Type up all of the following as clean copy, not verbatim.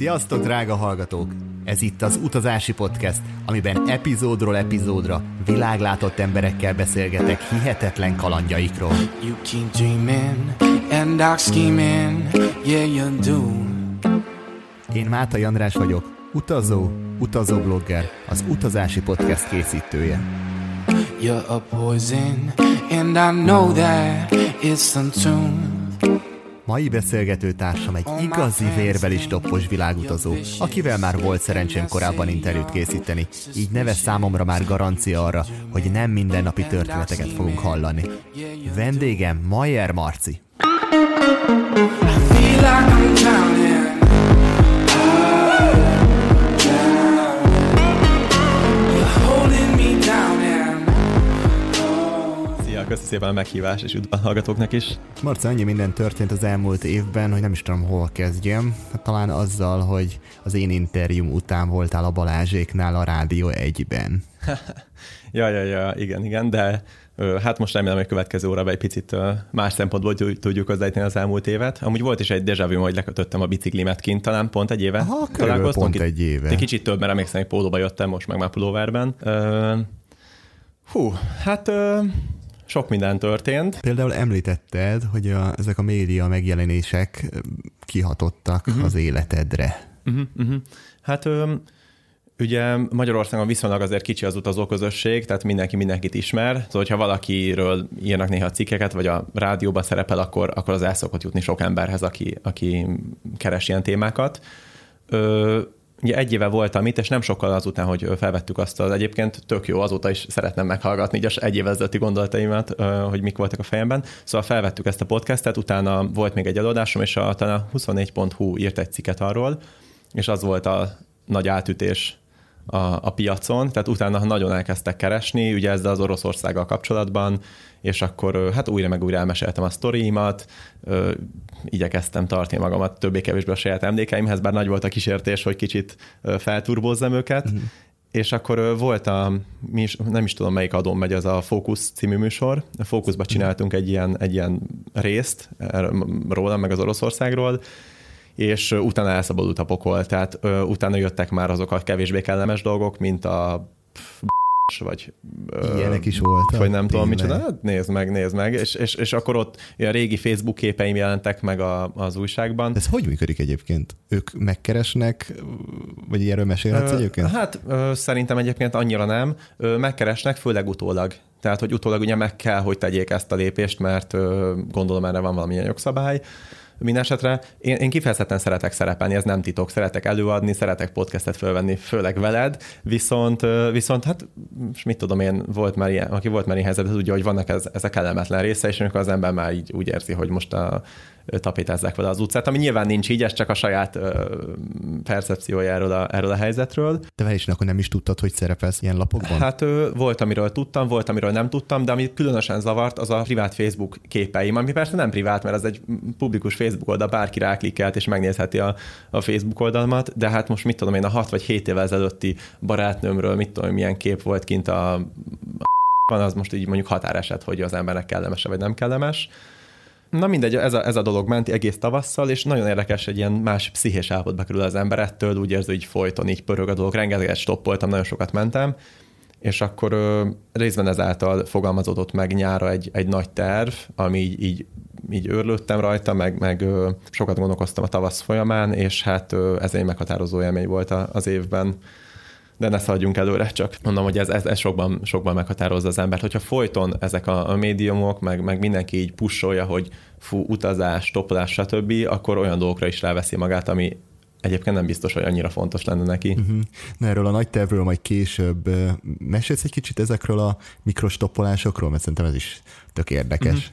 Sziasztok, drága hallgatók! Ez itt az Utazási Podcast, amiben epizódról epizódra világlátott emberekkel beszélgetek hihetetlen kalandjaikról. You keep dreaming and dark scheming, yeah you do. Én Mátai András vagyok, utazóblogger, az Utazási Podcast készítője. You're a poison and I know that it's some truth. Mai beszélgető társam egy igazi vérbeli stoppos világutazó, akivel már volt szerencsém korábban interjút készíteni, így neve számomra már garancia arra, hogy nem mindennapi történeteket fogunk hallani. Vendégem Mayer Marci. Köszönöm szépen a meghívás, és üdv a hallgatóknak is. Marci, annyi minden történt az elmúlt évben, hogy nem is tudom, hol kezdjem. Talán azzal, hogy az én interjúm után voltál a Balázséknál a Rádió 1-ben. Igen, de hát most remélem, hogy a következő órában egy picit más szempontból tudjuk hozzájteni az elmúlt évet. Amúgy volt is egy déjà vu, hogy lekötöttem a biciklimet kint, talán pont egy éve. Aha, körülbelül pont egy éve. Egy kicsit több, mert emlékszem, hogy pólóba jöttem, most meg már pulóverben. Sok minden történt. Például említetted, hogy ezek a média megjelenések kihatottak az életedre. Hát ugye Magyarországon viszonylag azért kicsi az utazóközösség, tehát mindenki mindenkit ismer. Szóval, hogyha valakiről írnak néha cikkeket, vagy a rádióban szerepel, akkor az el szokott jutni sok emberhez, aki keres ilyen témákat. Ugye egy éve voltam itt, és nem sokkal azután, hogy felvettük azt az egyébként tök jó, azóta is szeretném meghallgatni így egy éve ezelőtti gondolataimat, hogy mik voltak a fejemben. Szóval felvettük ezt a podcastet, utána volt még egy előadásom, és talán a 24.hu írt egy cikket arról, és az volt a nagy átütés a piacon, tehát utána nagyon elkezdtek keresni, ugye ezzel az Oroszországgal kapcsolatban, és akkor hát újra meg újra elmeséltem a sztoriimat, igyekeztem tartani magamat többé-kevésbé a saját emlékeimhez, bár nagy volt a kísértés, hogy kicsit felturbózzam őket, és akkor volt nem is tudom melyik adón megy, az a Fókusz című műsor. A Fókuszba csináltunk egy ilyen részt rólam, meg az Oroszországról, és utána elszabadult a pokol, tehát utána jöttek már azok a kevésbé kellemes dolgok, mint a vagy ilyenek is voltak. Vagy nem tudom micsoda, hát nézd meg, és akkor ott ilyen régi Facebook képeim jelentek meg az újságban. Ez hogy működik egyébként? Ők megkeresnek, vagy ilyenről mesélhetsz egyébként? Hát szerintem egyébként annyira nem. Megkeresnek, főleg utólag. Tehát, hogy utólag ugye meg kell, hogy tegyék ezt a lépést, mert gondolom erre van valamilyen jogszabály. Mindenesetre én kifejezetten szeretek szerepelni, ez nem titok, szeretek előadni, szeretek podcastet fölvenni, főleg veled, viszont hát mit tudom én, aki volt már ilyen helyzetben, tudja, hogy vannak ez a kellemetlen része, és amikor az ember már így úgy érzi, hogy most tapétázzák vele az utcát, ami nyilván nincs így, ez csak a saját percepciója erről a helyzetről. Te is akkor nem is tudtad, hogy szerepelsz ilyen lapokban? Hát volt, amiről tudtam, volt, amiről nem tudtam, de ami különösen zavart, az a privát Facebook képeim, ami persze nem privát, mert az egy publikus Facebook oldal, bárki ráklikkelt és megnézheti a Facebook oldalmat, de hát most mit tudom én, a 6 vagy 7 évvel ezelőtti barátnőmről, mit tudom, milyen kép volt kint van, az most így mondjuk határeset, hogy az embernek kellemes vagy nem kellemes. Na mindegy, ez a dolog ment egész tavasszal, és nagyon érdekes, egy ilyen más pszichés állapotba kerül az ember ettől, úgy érzi, hogy folyton így pörög a dolog, rengeteget stoppoltam, nagyon sokat mentem, és akkor részben ezáltal fogalmazódott meg nyára egy nagy terv, ami így őrlődtem rajta, meg sokat gondolkoztam a tavasz folyamán, és hát ez egy meghatározó élmény volt az évben. De ne szaladjunk előre, csak mondom, hogy ez sokban meghatározza az embert. Hogyha folyton ezek a médiumok, meg mindenki így pusolja, hogy utazás, stoppolás, stb., akkor olyan dolgokra is ráveszi magát, ami egyébként nem biztos, hogy annyira fontos lenne neki. Na, erről a nagy tervről majd később mesélsz egy kicsit ezekről a mikrostoppolásokról, mert szerintem ez is tök érdekes.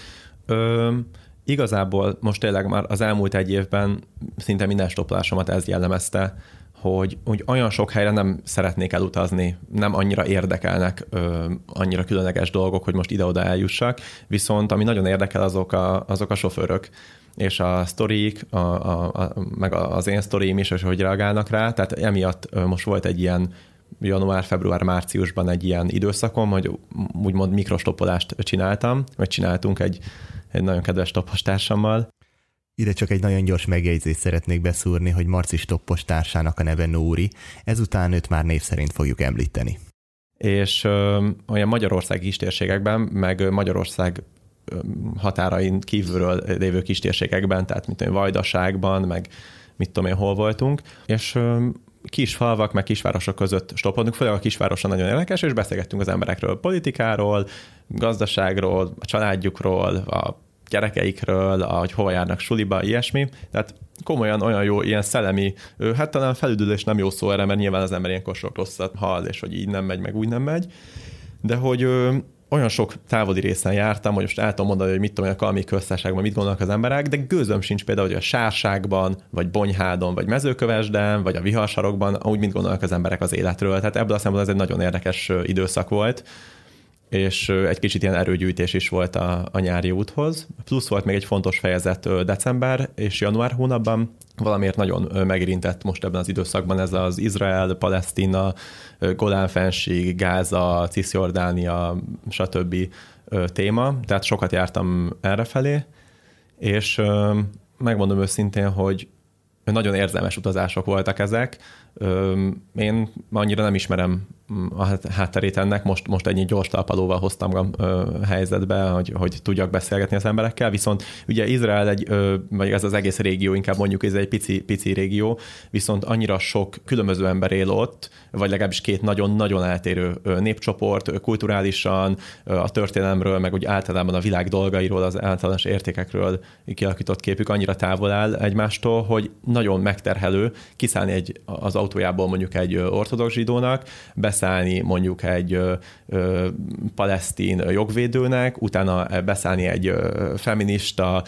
Igazából most tényleg már az elmúlt egy évben szinte minden stoppolásomat ez jellemezte, hogy olyan sok helyre nem szeretnék elutazni, nem annyira érdekelnek annyira különleges dolgok, hogy most ide-oda eljussak, viszont ami nagyon érdekel, azok a sofőrök, és a sztorik, meg az én sztoriim is, és hogy reagálnak rá, tehát emiatt most volt egy ilyen január, február, márciusban egy ilyen időszakom, hogy úgymond mikrostoppolást csináltunk egy nagyon kedves toppostársammal. Ide csak egy nagyon gyors megjegyzést szeretnék beszúrni, hogy Marci stoppos társának a neve Nóri, ezután őt már név szerint fogjuk említeni. És olyan magyarországi kistérségekben, meg Magyarország határain kívülről lévő kistérségekben, tehát mint Vajdaságban, meg mit tudom én, hol voltunk, és kis falvak, meg kisvárosok között stoppoltunk, főleg a kisvárosa nagyon érdekes, és beszélgettünk az emberekről, politikáról, gazdaságról, a családjukról, a gyerekeikről, hogy hova járnak suliba, ilyesmi. Tehát komolyan olyan jó, ilyen szellemi, hát talán felüdülés nem jó szó erre, mert nyilván az ember ilyenkor sok rosszat hall, és hogy így nem megy, meg úgy nem megy. De hogy olyan sok távoli részen jártam, hogy most el tudom mondani, hogy mit tudom, a Kalmik köztársaságban mit gondolnak az emberek, de gőzöm sincs például, hogy a Sárságban, vagy Bonyhádon, vagy Mezőkövesden, vagy a Viharsarokban, ahogy mit gondolnak az emberek az életről. Tehát ebből a szempontból ez egy nagyon érdekes időszak volt, és egy kicsit ilyen erőgyűjtés is volt a nyári úthoz. Plusz volt még egy fontos fejezet december és január hónapban, valamiért nagyon megérintett most ebben az időszakban ez az Izrael, Palesztina, Golán-fennsík, Gáza, Cisjordánia, stb. Téma, tehát sokat jártam errefelé, és megmondom őszintén, hogy nagyon érzelmes utazások voltak ezek. Én annyira nem ismerem a hátterét ennek, most ennyi gyors talpalóval hoztam helyzetbe, hogy tudjak beszélgetni az emberekkel, viszont ugye Izrael vagy ez az egész régió, inkább mondjuk ez egy pici régió, viszont annyira sok különböző ember él ott, vagy legalábbis két nagyon-nagyon eltérő népcsoport, kulturálisan, a történelemről, meg úgy általában a világ dolgairól, az általános értékekről kialakított képük annyira távol áll egymástól, hogy nagyon megterhelő kiszállni az autójából mondjuk egy ortodox zsidónak, beszállni mondjuk egy palesztin jogvédőnek, utána beszállni egy feminista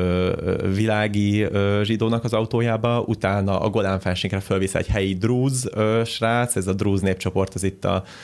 világi zsidónak az autójába, utána a Golán-fennsíkre fölvisz egy helyi drúz srác, ez a drúz népcsoport, ez itt a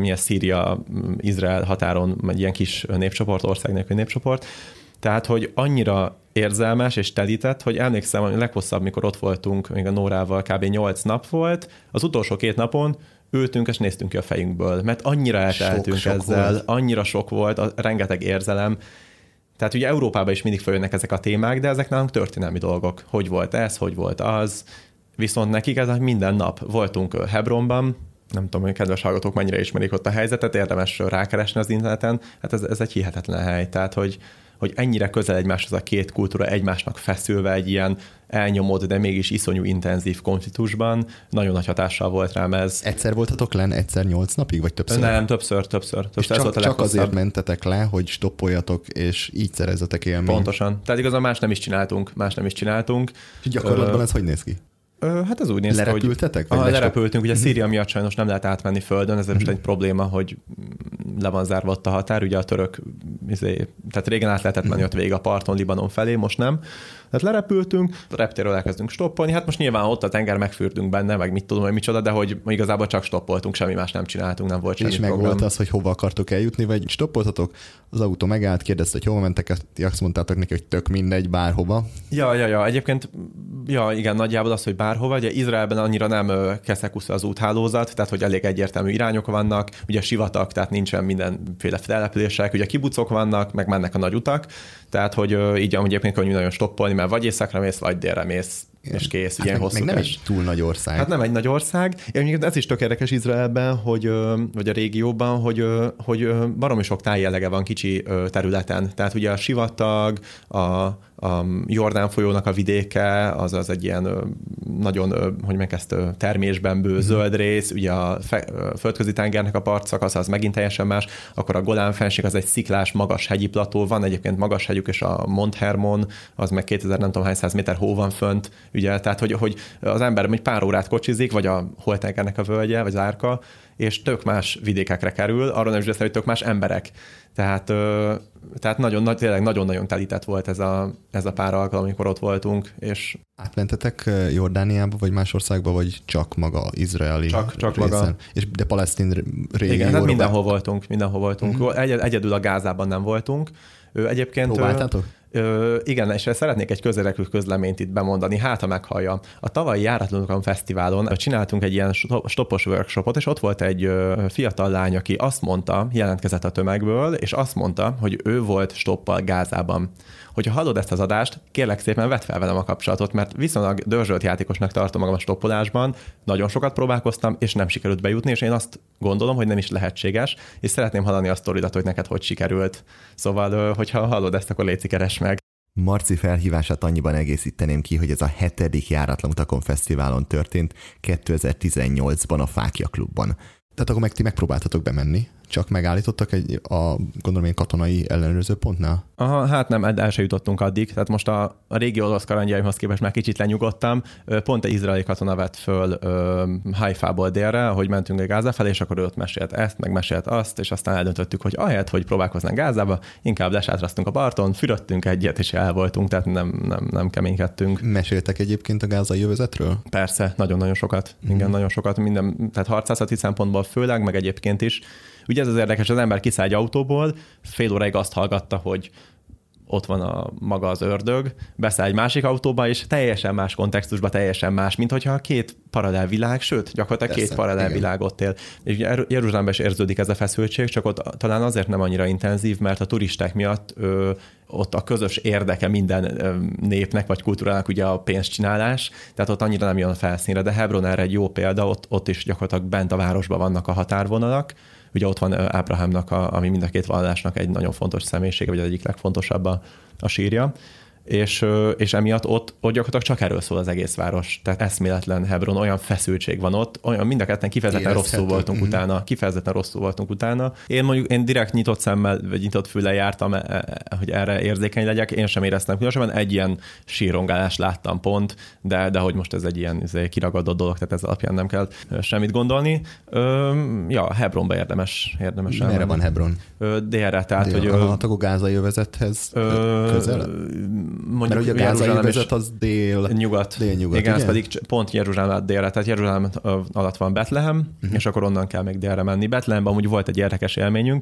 Szíria-Izrael határon egy ilyen kis népcsoport, ország nélküli népcsoport. Tehát, hogy annyira érzelmes és telített, hogy emlékszem, hogy leghosszabb, mikor ott voltunk, még a Nórával kb. 8 nap volt, az utolsó 2 napon ültünk és néztünk ki a fejünkből, mert annyira elteltünk ezzel, volt. Annyira sok volt, rengeteg érzelem. Tehát ugye Európában is mindig följönnek ezek a témák, de ezek nálunk történelmi dolgok. Hogy volt ez, hogy volt az. Viszont nekik ez minden nap voltunk Hebronban, nem tudom, hogy kedves hallgatók mennyire ismerik ott a helyzetet, érdemes rákeresni az interneten. Hát ez egy hihetetlen hely. Tehát, hogy ennyire közel egymáshoz a két kultúra, egymásnak feszülve egy ilyen elnyomott, de mégis iszonyú intenzív konfliktusban. Nagyon nagy hatással volt rám ez. Egyszer voltatok len, egyszer 8 napig, vagy többször? Nem, többször. És csak azért mentetek le, hogy stoppoljatok, és így szerezzetek élményt. Pontosan. Tehát igazán más nem is csináltunk. És gyakorlatban ez hogy néz ki? Hát ez úgy néz ki, hogy... Lerepültetek? Lerepültünk, ugye Szíria miatt sajnos nem lehet átmenni földön, ez most egy probléma, hogy le van zárva ott a határ, ugye a török, tehát régen át lehetett menni ott végig a parton, Libanon felé, most nem. Tehát lerepültünk, a reptérről elkezdünk stoppolni, hát most nyilván ott a tenger megfürdünk benne, meg mit tudom, hogy micsoda, de hogy igazából csak stoppoltunk, semmi más nem csináltunk, nem volt semmi program. És meg volt az, hogy hova akartok eljutni, vagy stoppoltatok, az autó megállt, kérdezte, hogy hova mentek, azt mondtátok neki, hogy tök mindegy, bárhova. Ja, egyébként, igen, nagyjából az, hogy bárhova, ugye Izraelben annyira nem keszekusz az úthálózat, tehát hogy elég egyértelmű irányok vannak, ugye sivatag, tehát nincsen mindenféle települések, ugye kibucok vannak, meg mennek a nagy utak, tehát hogy így egyébként könnyű nagyon stoppolni, mert vagy északra mész, vagy délre mész, és kész. Hát meg, meg nem egy túl nagy ország. Hát nem egy nagy ország. Ez is tök érdekes Izraelben, vagy a régióban, hogy baromi sok tájjellege van kicsi területen. Tehát ugye a sivatag, a Jordán folyónak a vidéke, az egy ilyen nagyon, hogy megkezd termésben bő zöld rész, ugye a földközi tengernek a partszakasz az megint teljesen más, akkor a Golán-fennsík az egy sziklás, magas hegyi plató, van egyébként magas hegyük, és a Mont Hermon, az meg 2000 nem tudom hány száz méter hó van fönt, ugye, tehát hogy az ember egy pár órát kocsizik, vagy a holtengernek a völgye, vagy az árka, és tök más vidékekre kerül, arról nem is beszél, hogy tök más emberek. Tehát tényleg nagyon-nagyon telített volt ez a pár alkalom, amikor ott voltunk. És átmentetek Jordániába, vagy más országba, vagy csak maga izraeli Csak részen? maga. De palesztin régióban? Igen, hát mindenhol voltunk. Egyedül a Gázában nem voltunk. Egyébként próbáltátok? Igen, és szeretnék egy közérdekű közleményt itt bemondani, hát ha meghallja. A tavalyi Járatlanokon Fesztiválon csináltunk egy ilyen stoppos workshopot, és ott volt egy fiatal lány, aki azt mondta, jelentkezett a tömegből, és azt mondta, hogy ő volt stoppal Gázában. Hogyha hallod ezt az adást, kérlek szépen vedd fel velem a kapcsolatot, mert viszonylag dörzsölt játékosnak tartom magam a stoppolásban, nagyon sokat próbálkoztam, és nem sikerült bejutni, és én azt gondolom, hogy nem is lehetséges, és szeretném hallani a sztoridat, hogy neked hogy sikerült. Szóval, hogyha hallod ezt, akkor légy keresd meg. Marci felhívását annyiban egészíteném ki, hogy ez a 7. Járatlan utakon fesztiválon történt 2018-ban a Fáklya klubban. Tehát akkor ti megpróbáltatok bemenni, csak megállítottak gondolom én katonai ellenőrző pontnál? Aha, hát nem, el se jutottunk addig. Tehát most a régi orosz kalandjaimhoz képest már kicsit lenyugodtam. Pont egy izraeli katona vett föl Haifából délre, ahogy mentünk Gáza felé, és akkor ő ott mesélt ezt, meg mesélt azt, és aztán eldöntöttük, hogy ahelyett, hogy próbálkoznánk Gázába, inkább lesátraztunk a parton, fürödtünk egyet, és el voltunk, tehát nem keménykedtünk. Meséltek egyébként a gázai övezetről? Persze, nagyon-nagyon sokat. Igen, nagyon sokat. Minden, tehát harcászati szempontból főleg, meg egyébként is. Ugye ez az érdekes, az ember kiszáll egy autóból, fél óráig azt hallgatta, hogy ott van maga az ördög, beszáll egy másik autóba, és teljesen más kontextusban, teljesen más, mint hogyha két paralel világ, sőt, gyakorlatilag két paralel világ ott él. És ugye Jeruzsálemben is érződik ez a feszültség, csak ott talán azért nem annyira intenzív, mert a turisták miatt ott a közös érdeke minden népnek vagy kultúrának ugye a pénzcsinálás, tehát ott annyira nem jön a felszínre, de Hebron erre egy jó példa, ott is gyakorlatilag bent a városban vannak a határvonalak. Ugye ott van Ábrahámnak, ami mind a két vallásnak egy nagyon fontos személyisége, vagy az egyik legfontosabb a sírja. És emiatt ott gyakorlatilag csak erről szól az egész város. Tehát eszméletlen Hebron, olyan feszültség van ott, olyan mind a ketten kifejezetten rosszul voltunk utána. Én direkt nyitott szemmel, vagy nyitott füllel jártam, hogy erre érzékeny legyek, én sem éreztem különösen, egy ilyen sírongálást láttam pont, de hogy most ez egy ilyen kiragadott dolog, tehát ez alapján nem kell semmit gondolni. Hebronba érdemes Merre van Hebron? Délre, tehát hogy... A gázai övezethez közel? Mondjuk mert ugye a gázai övezet az nyugat. Igen, ez pedig pont Jeruzsálem délre, tehát Jeruzsálem alatt van Betlehem, és akkor onnan kell még délre menni. Betlehemben amúgy volt egy érdekes élményünk,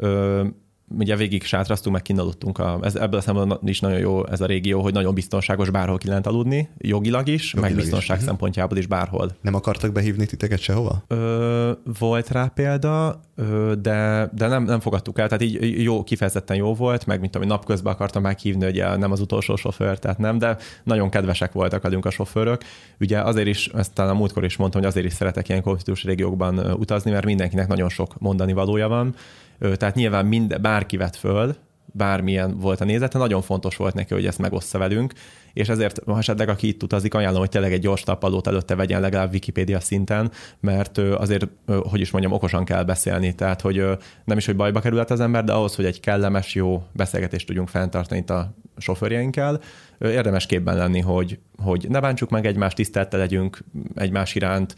ugye végig sátraztunk, meg kinaludtunk. Ebből a szemben is nagyon jó ez a régió, hogy nagyon biztonságos bárhol ki lehet aludni, jogilag is, meg biztonság szempontjából is bárhol. Nem akartak behívni titeket sehova? Volt rá példa, de nem fogadtuk el, tehát így jó, kifejezetten jó volt, meg mint ami napközben akartam meghívni, ugye nem az utolsó sofőr, tehát nem, de nagyon kedvesek voltak velünk a sofőrök. Ugye azért is, ezt talán a múltkor is mondtam, hogy azért is szeretek ilyen konfliktus régiókban utazni, mert mindenkinek nagyon sok mondani valója van. Tehát nyilván bárki vett föl, bármilyen volt a nézete, nagyon fontos volt neki, hogy ezt megossza velünk, és ezért, ha esetleg aki itt utazik, ajánlom, hogy tényleg egy gyors tappalót előtte vegyen legalább Wikipédia szinten, mert azért, hogy is mondjam, okosan kell beszélni, tehát hogy nem is, hogy bajba kerülhet az ember, de ahhoz, hogy egy kellemes, jó beszélgetést tudjunk fenntartani itt a sofőrjeinkkel, érdemes képben lenni, hogy ne bántsuk meg egymást, tisztelettel legyünk egymás iránt,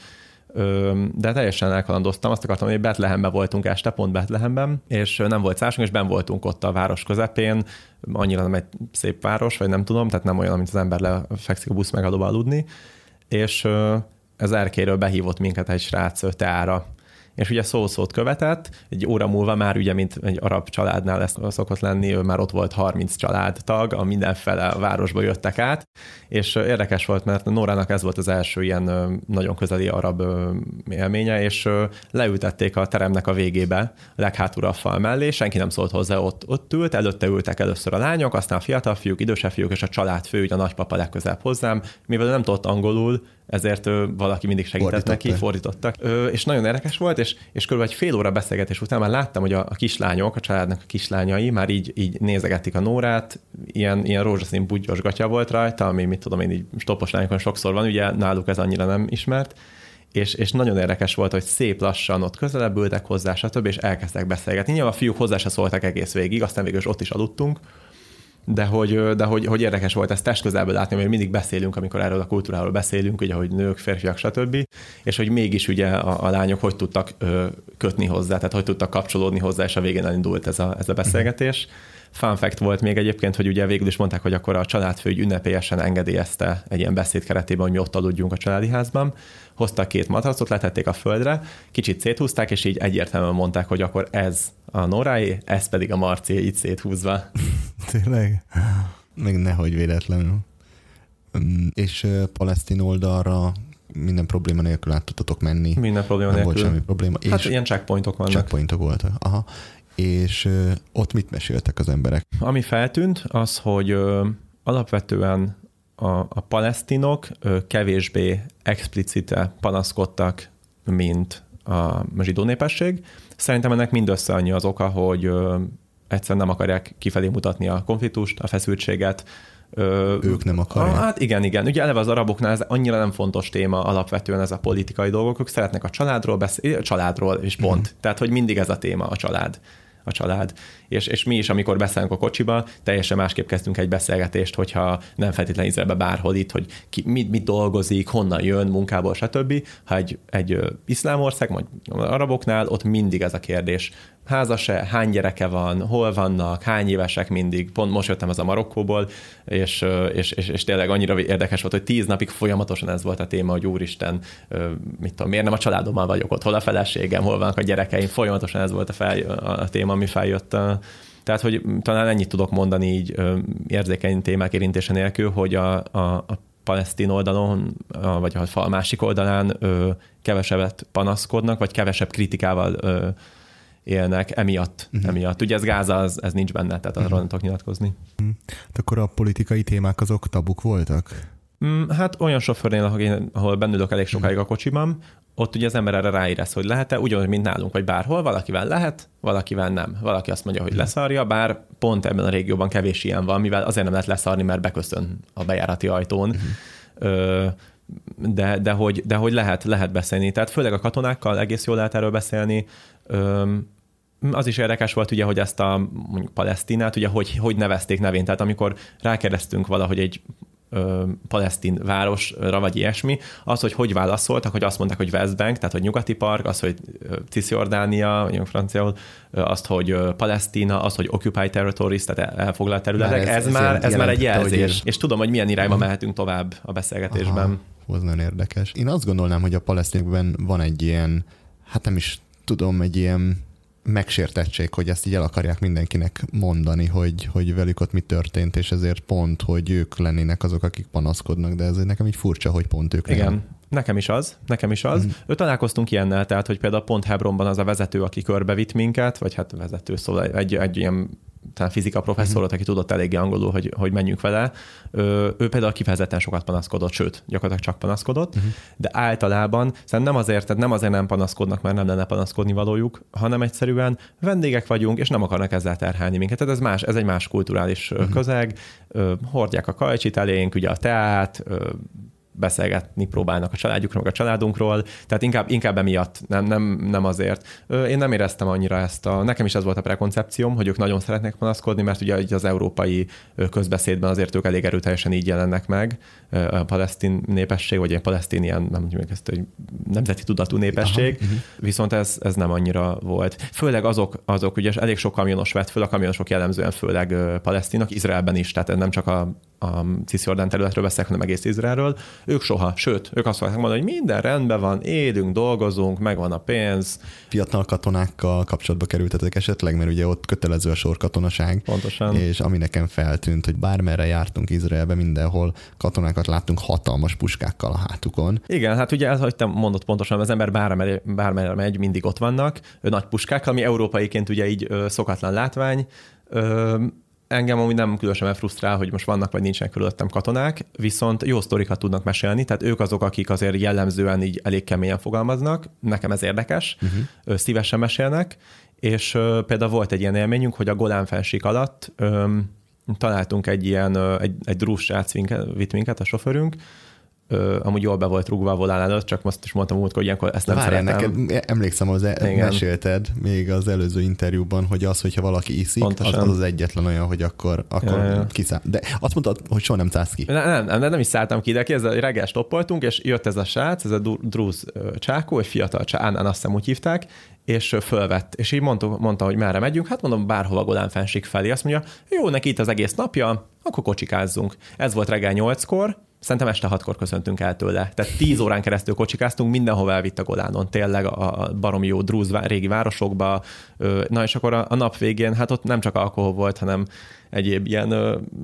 de teljesen elkalandoztam. Azt akartam, hogy Betlehemben voltunk este, pont Betlehemben, és nem volt szársunk, és benn voltunk ott a város közepén, annyira nem egy szép város, vagy nem tudom, tehát nem olyan, mint az ember lefekszik a busz megadóba aludni, és az erkélyről behívott minket egy srác teára. És ugye szó-szót követett, egy óra múlva már ugye, mint egy arab családnál ez szokott lenni, már ott volt 30 családtag, a mindenfele a városba jöttek át, és érdekes volt, mert Nórának ez volt az első ilyen nagyon közeli arab élménye, és leültették a teremnek a végébe, a leghátulra a fal mellé, senki nem szólt hozzá, ott ült, előtte ültek először a lányok, aztán a fiatal fiúk, idősebb fiúk, és a családfő, ugye a nagypapa legközelebb hozzám, mivel nem tudott angolul, ezért valaki mindig segített neki, fordítottak. És nagyon érdekes volt, és körülbelül egy fél óra beszélgetés után már láttam, hogy a kislányok, a családnak a kislányai már így nézegették a Nórát, ilyen rózsaszín buggyos gatya volt rajta, ami mit tudom én, így stoppos lányokon sokszor van, ugye náluk ez annyira nem ismert, és nagyon érdekes volt, hogy szép lassan ott közelebb ültek hozzá, stb. És elkezdtek beszélgetni. Nyilván a fiúk hozzá se szóltak egész végig, aztán végül is ott is aludtunk, de hogy érdekes volt ezt testközelből látni, mert mindig beszélünk, amikor erről a kultúráról beszélünk, ugye, hogy nők, férfiak, stb. És hogy mégis ugye a lányok hogy tudtak kötni hozzá, tehát hogy tudtak kapcsolódni hozzá, és a végén elindult ez a beszélgetés. Fun fact volt még egyébként, hogy ugye végül is mondták, hogy akkor a családfő ünnepélyesen engedélyezte egy ilyen beszéd keretében, hogy mi ott aludjunk a családi házban. Hoztak 2 matracot, letették a földre, kicsit széthúzták, és így egyértelműen mondták, hogy akkor ez a Nóráé, ez pedig a Marcié, így széthúzva. Tényleg? Még nehogy véletlenül. És palesztin oldalra minden probléma nélkül át tudtatok menni. Minden probléma nélkül. Nem volt semmi probléma. Hát és ilyen checkpointok vannak. Checkpointok voltak. Aha. És ott mit meséltek az emberek? Ami feltűnt, az, hogy alapvetően a palesztinok kevésbé explicite panaszkodtak, mint a zsidó népesség. Szerintem ennek mindössze annyi az oka, hogy egyszerűen nem akarják kifelé mutatni a konfliktust, a feszültséget. Ők nem akarják? Hát igen. Ugye eleve az araboknál ez annyira nem fontos téma alapvetően ez a politikai dolgok. Ők szeretnek a családról beszélni, családról és pont. Tehát, hogy mindig ez a téma, a család. És mi is, amikor beszélünk a kocsiba, teljesen másképp kezdtünk egy beszélgetést, hogyha nem feltétlenül Izraelbe bárhol itt, hogy ki, mit dolgozik, honnan jön, munkából, stb. Ha egy iszlám ország, vagy araboknál, ott mindig ez a kérdés. Házas-e, hány gyereke van, hol vannak, hány évesek mindig. Pont most jöttem az a Marokkóból, és tényleg annyira érdekes volt, hogy 10 napig folyamatosan ez volt a téma, hogy úristen, mit tudom, miért nem a családommal vagyok ott, hol a feleségem, hol vannak a gyerekeim, folyamatosan ez volt a téma, ami feljött. Tehát, hogy talán ennyit tudok mondani így érzékeny témák érintése nélkül, hogy a palesztin oldalon, vagy a fal másik oldalán kevesebbet panaszkodnak, vagy kevesebb kritikával élnek emiatt. Ugye ez Gáza, ez nincs benne, tehát arról nem tudok nyilatkozni. Hát akkor a politikai témák azok tabuk voltak? Hát olyan sofőrnél, ahol bennülök elég sokáig a kocsiban, ott ugye az ember erre ráérez, hogy lehet-e, ugyanúgy, mint nálunk, vagy bárhol, valakivel lehet, valakivel nem. Valaki azt mondja, hogy leszarja, bár pont ebben a régióban kevés ilyen van, mivel azért nem lehet leszarni, mert beköszön a bejárati ajtón. De hogy lehet beszélni. Tehát főleg a katonákkal egész jól lehet erről beszélni. Az is érdekes volt ugye, hogy ezt a mondjuk Palesztinát, ugye, hogy nevezték nevén. Tehát amikor rákérdeztünk valahogy egy palesztin városra, vagy ilyesmi, az, hogy válaszoltak, hogy azt mondták, hogy West Bank, tehát hogy nyugati park, az, hogy Cisjordánia, vagy franciául, azt, hogy Palesztina, az, hogy Occupied Territories, tehát elfoglalt területek, ez már egy jelzés. És tudom, hogy milyen irányba mehetünk tovább a beszélgetésben. Az nagyon érdekes. Én azt gondolnám, hogy a palesztinokban van egy ilyen, hát nem is tudom, egy ilyen megsértettség, hogy ezt így el akarják mindenkinek mondani, hogy velük ott mi történt, és ezért pont, hogy ők lennének azok, akik panaszkodnak, de ez nekem így furcsa, hogy pont ők. Igen. Nem. Nekem is az. Ő találkoztunk ilyennel, tehát, hogy például pont Hebronban az a vezető, aki körbevitt minket, vagy hát vezető, szóval egy ilyen talán fizika professzorot, aki tudott eléggé angolul, hogy menjünk vele. Ő például kifejezetten sokat panaszkodott, sőt, gyakorlatilag csak panaszkodott, de általában szerintem nem azért nem panaszkodnak, mert nem lenne panaszkodni valójuk, hanem egyszerűen vendégek vagyunk, és nem akarnak ezzel terhelni minket. Tehát ez egy más kulturális közeg, hordják a kajcsit elénk, ugye a teát, beszélgetni próbálnak a családjukról, meg a családunkról, tehát inkább emiatt, nem azért. Én nem éreztem annyira nekem is ez volt a prekoncepcióm, hogy ők nagyon szeretnek panaszkodni, mert ugye az európai közbeszédben azért ők elég erőteljesen így jelennek meg, a palesztin népesség, vagy egy palesztin ilyen, nem mondjuk ezt, hogy nemzeti tudatú népesség, viszont ez nem annyira volt. Főleg azok ugye elég sok kamionos vett föl, a kamionosok jellemzően főleg palesztinok, Izraelben is, tehát nem csak a Cisjordán területről beszélek, hanem egész Izraelről. Ők soha, sőt, ők azt fogják mondani, hogy minden rendben van, élünk, dolgozunk, megvan a pénz. Fiatal katonákkal kapcsolatba kerültetek esetleg, mert ugye ott kötelező a sorkatonaság. Pontosan. És ami nekem feltűnt, hogy bármerre jártunk Izraelbe, mindenhol katonákat láttunk hatalmas puskákkal a hátukon. Igen, hát ugye ez, hogy te mondod pontosan, az ember bármerre megy, mindig ott vannak, nagy puskákkal, ami európaiként ugye így szokatlan látvány. Engem amúgy nem különösen frusztrál, hogy most vannak vagy nincsenek körülöttem katonák, viszont jó sztorikat tudnak mesélni, tehát ők azok, akik azért jellemzően így elég keményen fogalmaznak, nekem ez érdekes, szívesen mesélnek, és például volt egy ilyen élményünk, hogy a Golán-fennsík alatt találtunk egy ilyen, egy drúz srác vitt minket, a sofőrünk, amúgy jól be volt rúgva a volán előtt, csak most is mondtam múltkor, hogy ilyenkor ezt nem szeretem. Neked, emlékszem, mesélted még az előző interjúban, hogy az, hogyha valaki iszik, az egyetlen olyan, hogy akkor kiszáll. De azt mondtad, hogy soha nem szállsz ki. Nem is szálltam ki, de reggel stoppoltunk, és jött ez a srác, ez a Drúz Csákó, egy fiatal Csánán, azt hiszem úgy hívták, és fölvett, és így mondta, hogy merre megyünk, hát mondom, bárhova Golán-fenség felé. Azt mondja, jó, neki itt az egész napja, akkor kocsikázzunk. Ez volt reggel 8-kor, szerintem este 6-kor köszöntünk el tőle. Tehát 10 órán keresztül kocsikáztunk, mindenhova elvitt a Golánon, tényleg a baromi jó Drúz régi városokba. Na és akkor a nap végén, hát ott nem csak alkohol volt, hanem egyéb ilyen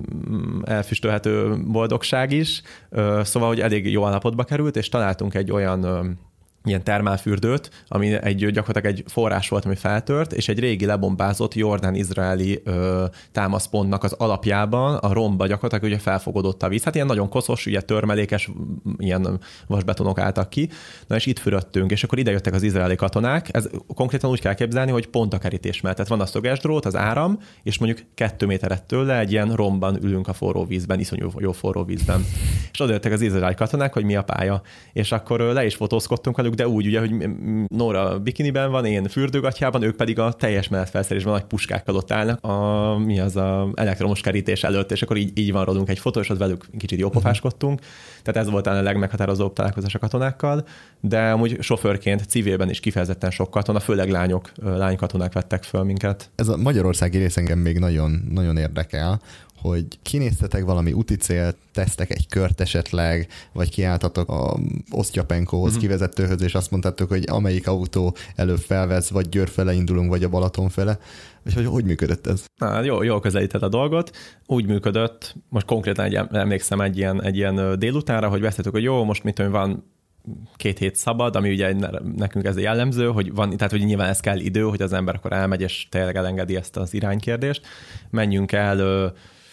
elfüstölhető boldogság is. Szóval, hogy elég jó állapotba került, és találtunk egy olyan ilyen termálfürdőt, ami gyakorlatilag egy forrás volt, ami feltört, és egy régi lebombázott jordán-izraeli támaszpontnak az alapjában a romba gyakorlatilag ugye felfogodott a víz. Hát ilyen nagyon koszos, ugye törmelékes, ilyen vasbetonok álltak ki. Na és itt fürödtünk, és akkor ide jöttek az izraeli katonák. Ez konkrétan úgy kell képzelni, hogy pont a kerítés mellett. Tehát van a szögesdrót, az áram, és mondjuk 2 méteret tőle egy ilyen romban ülünk a forró vízben, iszonyú jó forró vízben. És oda jöttek az izraeli katonák, hogy mi a pálya. És akkor le is fotózkodtunk velük, de úgy ugye, hogy Nóra bikiniben van, én fürdőgatjában, ők pedig a teljes menetfelszerelésben nagy puskákkal ott állnak, az elektromos kerítés előtt, és akkor így van rólunk egy fotó, és ott velük kicsit jópofáskodtunk. Tehát ez volt a legmeghatározóbb találkozás a katonákkal, de amúgy sofőrként civilben is kifejezetten sok katona, főleg lánykatonák vettek föl minket. Ez a magyarországi rész engem még nagyon, nagyon érdekel, hogy kinéztetek valami úticélt, tesztek egy kört esetleg, vagy kiálltatok a Osztyapenkóhoz, kivezetőhöz, és azt mondtátok, hogy amelyik autó előbb felvesz, vagy Győr fele indulunk, vagy a Balaton fele. És hogy működött ez? Jól közelített a dolgot. Úgy működött, most konkrétan emlékszem egy ilyen délutánra, hogy beszéltük, hogy jó, most van 2 hét szabad, ami ugye nekünk ez jellemző, hogy van, tehát hogy nyilván ez kell idő, hogy az ember akkor elmegy, és tényleg elengedi ezt az iránykérdést. Menjünk el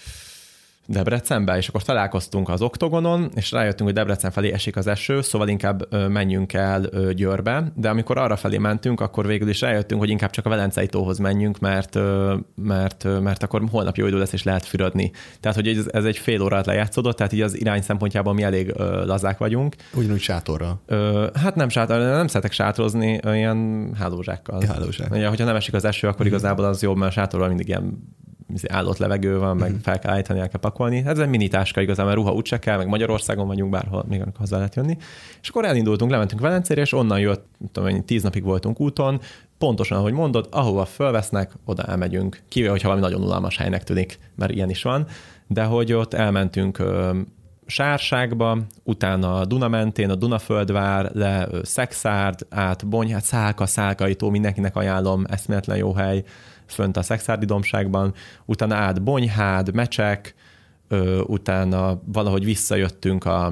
Debrecenbe, és akkor találkoztunk az Oktogonon, és rájöttünk, hogy Debrecen felé esik az eső, szóval inkább menjünk el Győrbe, de amikor arra felé mentünk, akkor végül is rájöttünk, hogy inkább csak a Velencei tóhoz menjünk, mert akkor holnap jó idő lesz, és lehet fürödni. Tehát, hogy ez egy fél órát lejátszódott, tehát így az irány szempontjából mi elég lazák vagyunk. Ugyanúgy sátorral? Hát nem szeretek sátrozni, ilyen hálózsákkal. Ugye, hogyha nem esik az eső, akkor igazából az jobb, mert a sátorral mindig ilyen állott levegő van, meg fel kell állítani, el kell pakolni. Ez egy mini táska igazán, mert ruha úgyse kell, meg Magyarországon vagyunk, bárhol még hozzá lehet jönni. És akkor elindultunk, lementünk Velencére, és onnan jött, 10 napig voltunk úton, pontosan, ahogy mondod, ahova fölvesznek, oda elmegyünk. Kivéve, hogyha valami nagyon unalmas helynek tűnik, mert ilyen is van. De hogy ott elmentünk Sárságba, utána a Duna mentén, a Dunaföldvár, le Szexárd, át Bonyhát, Szálkai tó, mindenkinek ajánlom, eszméletlen jó hely, fönt a Szexárdi dombságban, utána át Bonyhád, Mecsek, utána valahogy visszajöttünk a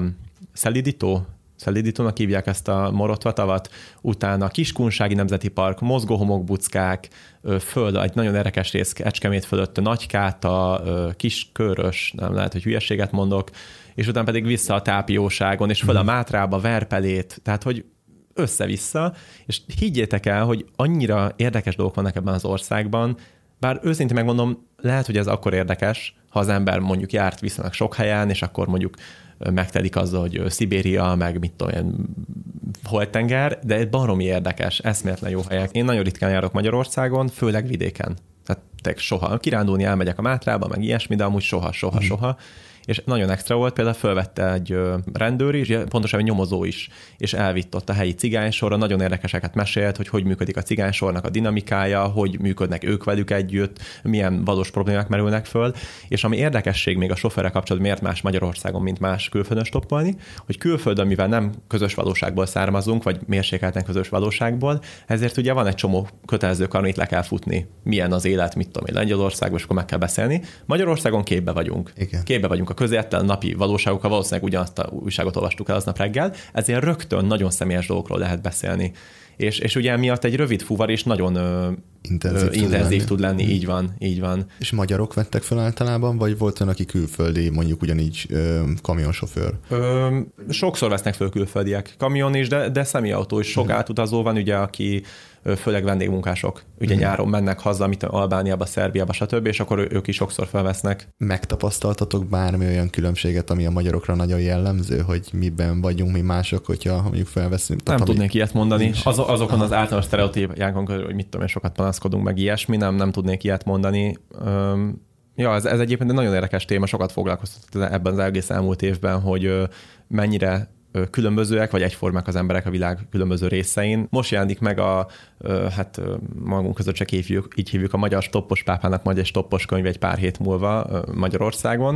Szelidítónak hívják ezt a Morotvatavat, utána Kiskunsági Nemzeti Park, mozgóhomokbuckák, föld, egy nagyon érdekes rész Kecskemét fölött, Nagykáta, Kiskörös, nem lehet, hogy hülyeséget mondok, és utána pedig vissza a Tápióságon, és föl a Mátrába, Verpelét, tehát hogy össze-vissza, és higgyétek el, hogy annyira érdekes dolgok vannak ebben az országban, bár őszintén megmondom, lehet, hogy ez akkor érdekes, ha az ember mondjuk járt viszonylag sok helyen, és akkor mondjuk megtelik azzal, hogy Szibéria, meg mit tudom én, Holtenger, de baromi érdekes, eszméletlen jó helyek. Én nagyon ritkán járok Magyarországon, főleg vidéken. Tehát soha. Kirándulni elmegyek a Mátrába, meg ilyesmi, de amúgy soha. És nagyon extra volt, például fölvette egy rendőr is, pontosan egy nyomozó is, és elvitt ott a helyi cigánysorra, nagyon érdekeseket mesélt, hogy működik a cigánysornak a dinamikája, hogy működnek ők velük együtt, milyen valós problémák merülnek föl, és ami érdekesség még a sofőrrel kapcsolatban, miért más Magyarországon, mint más külföldön stoppolni, hogy külföldön, mivel nem közös valóságból származunk, vagy mérsékelten közös valóságból, ezért ugye van egy csomó kötelező kar, amit le kell futni. Milyen az élet, mit tudom én, Lengyelországban, és akkor meg kell beszélni. Magyarországon képbe vagyunk. Igen. Képbe vagyunk a közvetlen napi valóságokkal, valószínűleg ugyanazt a újságot olvastuk el aznap reggel, ezért rögtön nagyon személyes dolgokról lehet beszélni. És ugye miatt egy rövid fuvar is nagyon intenzív tud lenni. Így van. És magyarok vettek fel általában, vagy volt olyan, aki külföldi, mondjuk ugyanígy kamionsofőr? Sokszor vesznek föl külföldiek. Kamion is, de személyautó is. Sok átutazó van, ugye, aki főleg vendégmunkások. Ugye nyáron mennek haza, mint Albániába, Szerbiába, stb., és akkor ők is sokszor felvesznek. Megtapasztaltatok bármi olyan különbséget, ami a magyarokra nagyon jellemző, hogy miben vagyunk mi mások, hogyha mondjuk felveszünk? Nem tudnék ilyet mondani. Azokon az általános sztereotípiákon, hogy mit tudom én, sokat panaszkodunk, meg ilyesmi, nem tudnék ilyet mondani. Ez egyébként egy nagyon érdekes téma, sokat foglalkoztatott ebben az egész elmúlt évben, hogy mennyire különbözőek, vagy egyformák az emberek a világ különböző részein. Most jelenik meg magunk között csak így hívjuk a magyar stoppos pápának majd egy stoppos könyv egy pár hét múlva Magyarországon,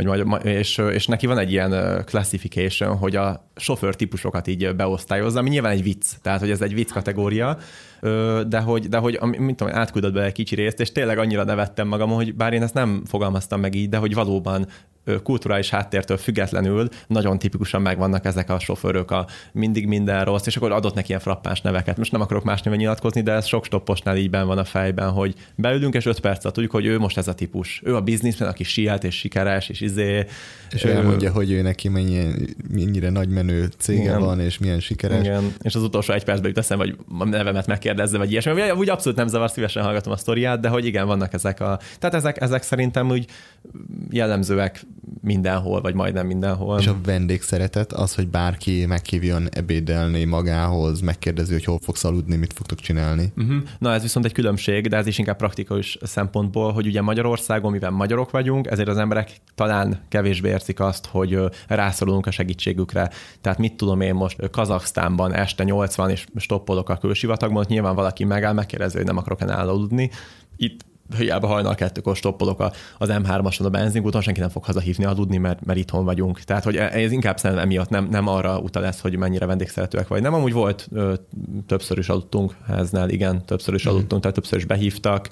és neki van egy ilyen classification, hogy a sofőr típusokat így beosztályozza, ami nyilván egy vicc, tehát hogy ez egy vicc kategória, de hogy mint tudom, átküldött be egy kicsi részt, és tényleg annyira nevettem magam, hogy bár én ezt nem fogalmaztam meg így, de hogy valóban kulturális háttértől függetlenül nagyon tipikusan megvannak ezek a sofőrök, mindig minden rossz, és akkor adott neki ilyen frappáns neveket. Most nem akarok más néven nyilatkozni, de ez sok stopposnál így benn van a fejben, hogy beülünk, és 5 percet tudjuk, hogy ő most ez a típus. Ő a bizniszmen, aki sielt, és sikeres, és És elmondja, hogy ő neki mennyire nagy menő cége van, és milyen sikeres. Igen. És az utolsó 1 percben jut eszembe, vagy a nevemet megkérdezze, vagy ilyesmi. Úgy abszolút nem zavar, szívesen hallgatom a sztoriát, de hogy igen, vannak tehát ezek szerintem úgy jellemzőek mindenhol, vagy majdnem mindenhol. És a vendégszeretet az, hogy bárki meghívjon ebédelni magához, megkérdezi, hogy hol fogsz aludni, mit fogtok csinálni. Na, ez viszont egy különbség, de ez is inkább praktikus szempontból, hogy ugye Magyarországon, mivel magyarok vagyunk, ezért az emberek talán kevésbé érzik azt, hogy rászorulunk a segítségükre. Tehát mit tudom én most Kazaksztánban este 80 és stoppolok a külsivatagban, nyilván valaki megáll, megkérdezi, hogy nem akarok-e nála aludni. Itt hiába hajnal 2-kor stoppolok az M3-ason a benzinkúton, senki nem fog hazahívni aludni, mert itthon vagyunk. Tehát, hogy ez inkább szerintem emiatt nem arra utal ez, hogy mennyire vendégszeretőek vagy. Nem, amúgy volt, többször is aludtunk háznál, igen, többször is aludtunk, tehát többször is behívtak.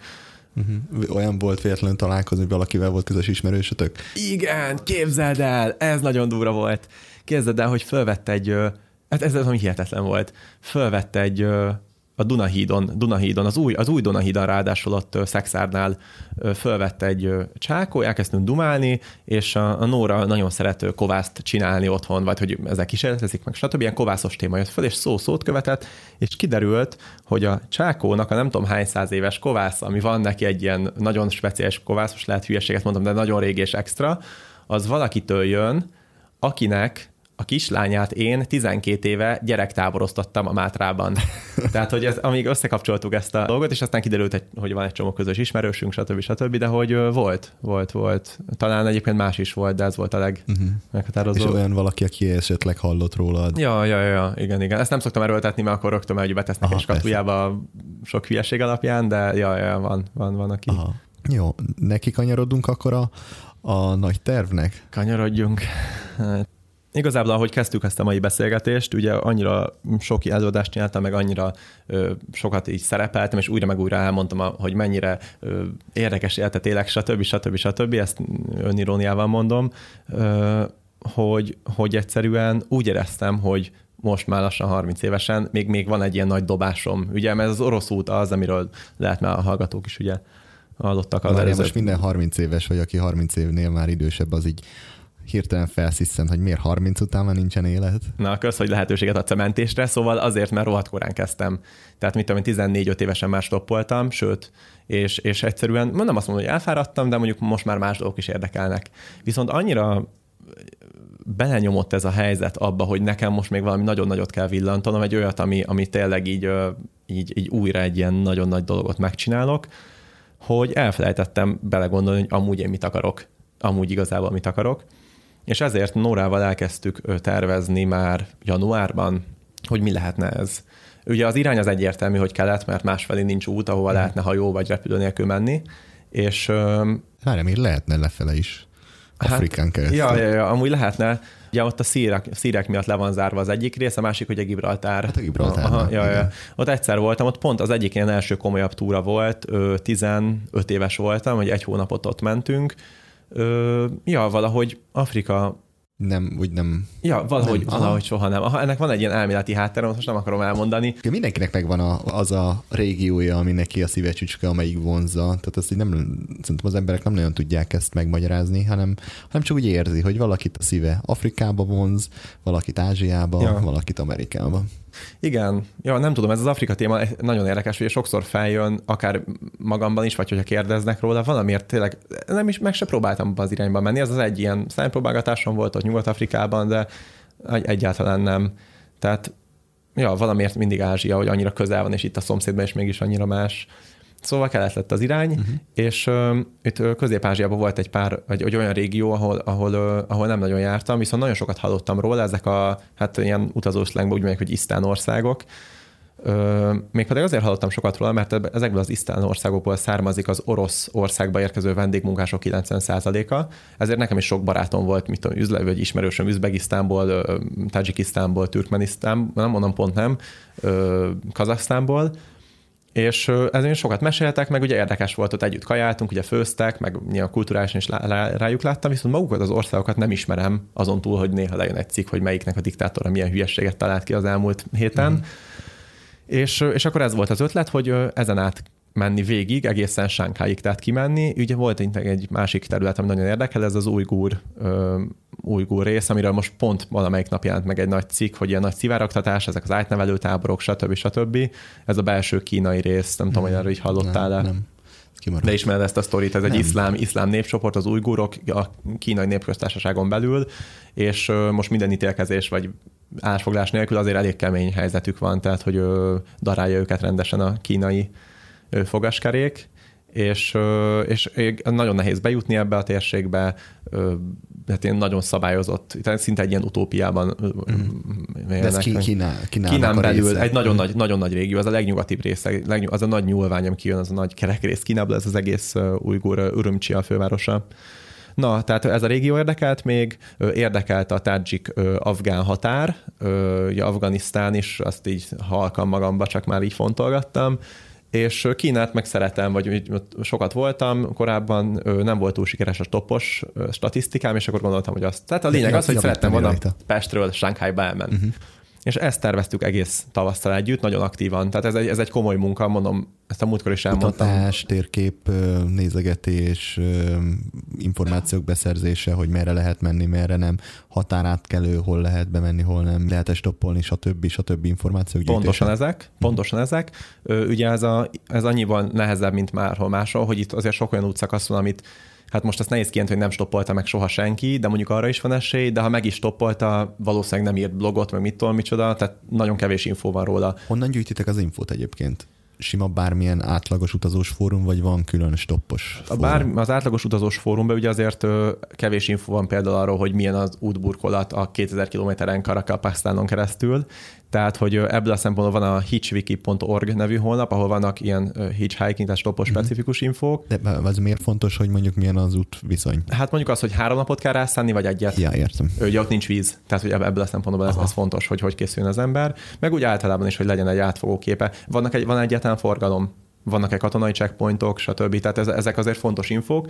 Olyan volt véletlenül találkozni, hogy valakivel volt közös ismerősötök? Igen, képzeld el, ez nagyon durva volt. Képzeld el, hogy fölvett egy, ez ami hihetetlen volt, fölvett egy a Dunahídon, az új Dunahídon ráadásul ott Szexárdnál fölvette egy csákó, elkezdtünk dumálni, és a Nóra nagyon szeret kovászt csinálni otthon, vagy hogy ezek kísérletezik meg, stb. Ilyen kovászos téma jött fel, és szót követett, és kiderült, hogy a csákónak a nem tudom hány 100 éves kovász, ami van neki egy ilyen nagyon speciális kovász, most lehet hülyeséget mondom, de nagyon régi és extra, az valakitől jön, akinek a kislányát én 12 éve gyerektáboroztattam a Mátrában. Tehát, hogy amíg összekapcsoltuk ezt a dolgot, és aztán kiderült, hogy van egy csomó közös ismerősünk, stb. De hogy volt. Talán egyébként más is volt, de ez volt a legmeghatározóbb. És olyan valaki, aki esetleg hallott rólad. Ja, igen. Ezt nem szoktam erőltetni, mert akkor rögtön hogy betesznek egy skatujába sok hülyeség alapján, de van aki. Aha. Jó, neki kanyarodunk akkor a nagy tervnek? Kanyarodjunk. Igazából, ahogy kezdtük ezt a mai beszélgetést, ugye annyira sok előadást csináltam, meg annyira sokat így szerepeltem, és újra meg újra elmondtam, hogy mennyire érdekes életet élek, stb. Ezt öniróniával mondom, hogy egyszerűen úgy éreztem, hogy most már lassan 30 évesen még van egy ilyen nagy dobásom. Ugye, mert az orosz út az, amiről lehet már a hallgatók is ugye hallottak. Most minden 30 éves, vagy aki 30 évnél már idősebb, az így hirtelen felsziszen, hogy miért 30 után már nincsen élet. Na, kösz, hogy lehetőséget adsz a mentésre, szóval azért, mert rohadt korán kezdtem. Tehát mit tudom, 14-5 évesen már stoppoltam, sőt, és egyszerűen, nem azt mondom, hogy elfáradtam, de mondjuk most már más dolgok is érdekelnek. Viszont annyira belenyomott ez a helyzet abba, hogy nekem most még valami nagyon nagyot kell villantanom, egy olyat, ami tényleg így újra egy ilyen nagyon nagy dolgot megcsinálok, hogy elfelejtettem belegondolni, hogy amúgy én mit akarok. Amúgy igazából mit akarok. És ezért Nórával elkezdtük tervezni már januárban, hogy mi lehetne ez. Ugye az irány az egyértelmű, hogy Kelet, mert másfelé nincs út, ahova lehetne hajó vagy repülő nélkül menni. És még lehetne lefele is. Afrikán keresztül. Ja, amúgy lehetne. Ugye ott a szírek miatt le van zárva az egyik rész, a másik ugye Gibraltár. Hát a Gibraltár. Ja. Ott egyszer voltam, ott pont az egyik ilyen első komolyabb túra volt, 15 éves voltam, hogy 1 hónapot ott mentünk. Valahogy Afrika nem. Ja, valahogy soha nem. Ennek van egy ilyen elméleti háttere, most nem akarom elmondani. Mindenkinek megvan az a régiója, ami neki a szívecsücske, amelyik vonzza. Tehát azt így szerintem az emberek nem nagyon tudják ezt megmagyarázni, hanem csak úgy érzi, hogy valakit a szíve Afrikába vonz, valakit Ázsiába, valakit Amerikába. Igen, nem tudom, ez az Afrika téma nagyon érdekes, hogy sokszor feljön, akár magamban is, vagy hogyha kérdeznek róla, valamiért tényleg nem is meg se próbáltam az irányba menni. Ez az egy ilyen szájpróbálgatásom volt ott Nyugat-Afrikában, de egyáltalán nem. Tehát valamiért mindig Ázsia, hogy annyira közel van, és itt a szomszédban is mégis annyira más. Szóval kelet lett az irány, és itt Közép-Ázsiában volt egy olyan régió, ahol nem nagyon jártam, viszont nagyon sokat hallottam róla, ezek ilyen utazós szlengben úgy mondják, hogy isztán országok. Mégpedig azért hallottam sokat róla, mert ezekből az isztán országokból származik az orosz országba érkező vendégmunkások 90%-a, ezért nekem is sok barátom volt, mit tudom, vagy ismerősöm Üzbegisztánból, Tadzsikisztánból, Türkmenisztánból, nem mondom pont nem, Kazahsztánból, és ezért sokat meséltek, meg ugye érdekes volt, ott együtt kajáltunk, ugye főztek, meg a kulturálisan is rájuk láttam, viszont magukat az országokat nem ismerem, azon túl, hogy néha lejön egy cikk, hogy melyiknek a diktátora milyen hülyességet talált ki az elmúlt héten. És akkor ez volt az ötlet, hogy ezen át menni végig, egészen Sánkháig, tehát kimenni. Ugye volt egy másik terület, ami nagyon érdekel, ez az ujgur rész, amiről most pont valamelyik nap jelent meg egy nagy cikk, hogy ilyen nagy szivárogtatás, ezek az átnevelő táborok, stb. Ez a belső kínai rész, nem tudom, hogy erről így hallottál-e. Nem. De ismered ezt a sztorit, ez egy iszlám népcsoport, az ujgurok a kínai népköztársaságon belül, és most minden ítélkezés vagy állásfoglalás nélkül azért elég kemény helyzetük van, tehát hogy darálja őket rendesen a kínai fogaskerék, és nagyon nehéz bejutni ebbe a térségbe, hát ilyen nagyon szabályozott, szinte egy ilyen utópiában. De ez Kínán belül egy nagyon nagy régió, az a legnyugatibb része, az a nagy nyúlvány, ami kijön, az a nagy kerek rész Kínából, ez az egész ujgur, Ürümcsi a fővárosa. Na, tehát ez a régió érdekelt még, érdekelt a tadzsik-afgán határ, ugye Afganisztán is, azt így halkan magamba, csak már így fontolgattam, és Kínát meg szeretem, vagy sokat voltam, korábban nem volt túl sikeres a toppos statisztikám, és akkor gondoltam, hogy azt. Tehát a lényeg az, hogy szerettem volna Pestről Sánkhájba elmenni. És ezt terveztük egész tavasszal együtt, nagyon aktívan. Tehát ez egy komoly munka, mondom, ezt a múltkor is elmondtam. Kutatás, térkép, nézegetés, információk beszerzése, hogy merre lehet menni, merre nem, határátkelő, hol lehet bemenni, hol nem, lehet stoppolni, stb. Információk gyűjtése. Pontosan ezek. Ugye ez annyival nehezebb, mint márhol máshol, hogy itt azért sok olyan útszakasz van, amit hát most azt nehéz kijelenteni, hogy nem stoppolta meg soha senki, de mondjuk arra is van esély, de ha meg is stoppolta, valószínűleg nem írt blogot, meg micsoda, tehát nagyon kevés infó van róla. Honnan gyűjtitek az infót egyébként? Sima bármilyen átlagos utazós fórum, vagy van külön stoppos fórum? Az átlagos utazós fórumban ugye azért kevés infó van például arról, hogy milyen az útburkolat a 2000 kilométeren Karakapasztánon keresztül. Tehát, hogy ebből a szempontból van a hitchwiki.org nevű honlap, ahol vannak ilyen hitchhiking, tehát stoppos specifikus infók. De az miért fontos, hogy mondjuk milyen az út viszony? Hát mondjuk az, hogy 3 napot kell rászánni, vagy egyet. Ja, értem. Ugye ott nincs víz, tehát hogy ebből a szempontból ez fontos, hogy készüljön az ember. Meg úgy általában is, hogy legyen egy átfogó képe. Van egyáltalán forgalom, vannak-e katonai checkpointok, stb. Tehát ezek azért fontos infók.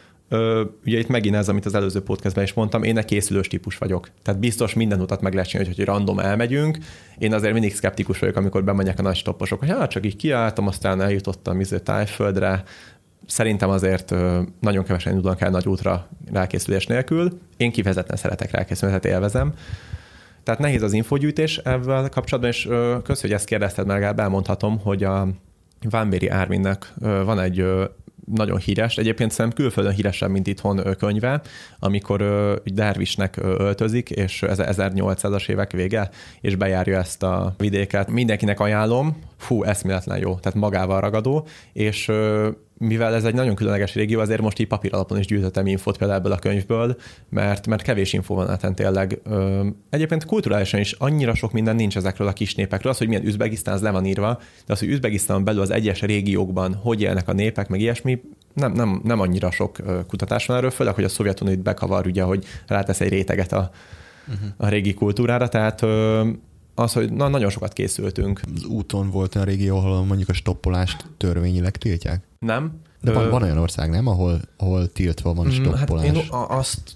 Ugye itt megint ez, amit az előző podcastben is mondtam, én egy készülős típus vagyok. Tehát biztos minden utat meg lehet csinálni, hogy random elmegyünk. Én azért mindig szkeptikus vagyok, amikor bemegyek a nagy stopposok, hogy csak így kiálltam, aztán eljutottam Tájföldre. Szerintem azért nagyon kevesen indulnak el nagy útra rákészülés nélkül. Én kifejezetten szeretek rákészülni, tehát élvezem. Tehát nehéz az infogyűjtés ebben kapcsolatban, és kösz, hogy ezt kérdezted, mert elmondhatom, hogy a Vámbéry Árminnek van egy nagyon híres, egyébként szerintem külföldön híresebb, mint itthon könyve, amikor dervisnek öltözik, és ez 1800-as évek vége, és bejárja ezt a vidéket. Mindenkinek ajánlom, eszméletlen jó, tehát magával ragadó, és mivel ez egy nagyon különleges régió, azért most így papíralapon is gyűjtöttem infót például ebből a könyvből, mert kevés infó van ezen tényleg. Egyébként kulturálisan is annyira sok minden nincs ezekről a kis népekről. Az, hogy milyen Üzbegisztán, az le van írva, de az, hogy Üzbegisztánon belül az egyes régiókban hogy élnek a népek, meg ilyesmi, nem annyira sok kutatás van erről, főleg, hogy a Szovjetunió itt bekavar, ugye, hogy rátesz egy réteget a régi kultúrára, tehát az, hogy nagyon sokat készültünk. Az úton volt olyan régió, ahol mondjuk a stoppolást törvényileg tiltják? Nem. De van olyan ország, nem? Ahol tiltva van a stoppolás. Hát én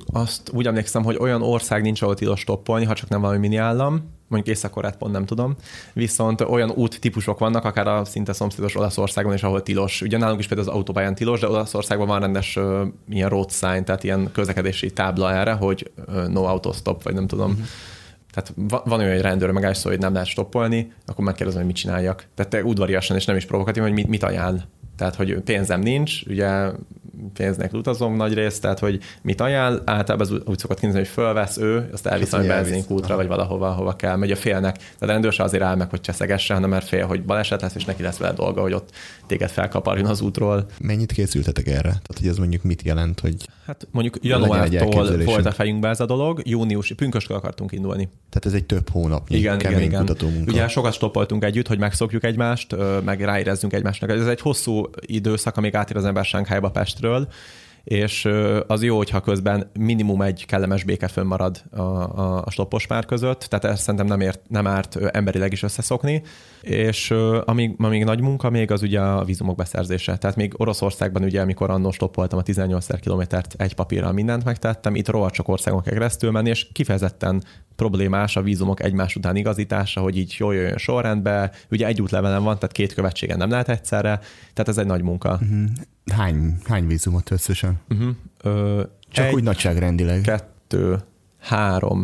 azt úgy emlékszem, hogy olyan ország nincs, ahol tilos stoppolni, ha csak nem valami mini állam, mondjuk Észak-Koreát pont nem tudom, viszont olyan úttípusok vannak, akár a szinte szomszédos Olaszországban is, ahol tilos. Ugye nálunk is például az autópályán tilos, de Olaszországban van rendes ilyen road sign, tehát ilyen közlekedési tábla erre, hogy no autostop, vagy nem tudom. Tehát van olyan, hogy rendőr megállás szó, hogy nem lehet stoppolni, akkor megkérdezem, hogy mit csináljak. Tehát udvariasan és nem is provokatív, hogy mit ajánl. Tehát, hogy pénzem nincs, ugye pénz nélkül utazom nagy részt, tehát, hogy mit ajánl, általában ez úgy szokott kinézni, hogy fölvesz ő, azt elvisz a benzinkútra, vagy valahova, hova kell, megy a félnek. Tehát a rendőr se azért áll meg, hogy cseszegesse, hanem mert fél, hogy baleset lesz, és neki lesz vele dolga, hogy ott téged felkaparjon az útról. Mennyit készültetek erre? Tehát, hogy ez mondjuk mit jelent, hogy... Hát mondjuk januártól volt a fejünkbe ez a dolog, június, pünköstkor akartunk indulni. Tehát ez egy több hónapnyi kemény kutatómunka. Ugye sokat stoppoltunk együtt, hogy megszokjuk egymást, meg ráérezzünk egymásnak. Ez egy hosszú időszak, amíg átér az ember Sánkhájba Pestről, és az jó, hogyha közben minimum egy kellemes béke fönnmarad a stoppos pár között, tehát ezt szerintem nem árt emberileg is összeszokni, és amíg nagy munka még az ugye a vízumok beszerzése. Tehát még Oroszországban ugye, amikor annól stoppoltam a 18 kilométert egy papírral mindent megtettem, itt rohadt sok országon kell keresztül menni, és kifejezetten problémás a vízumok egymás után igazítása, hogy így jól jöjjön sorrendbe. Ugye egy útlevelem van, tehát 2 követségen nem lehet egyszerre, tehát ez egy nagy munka. Hány vízumot összesen? Csak úgy nagyságrendileg. 2, 3,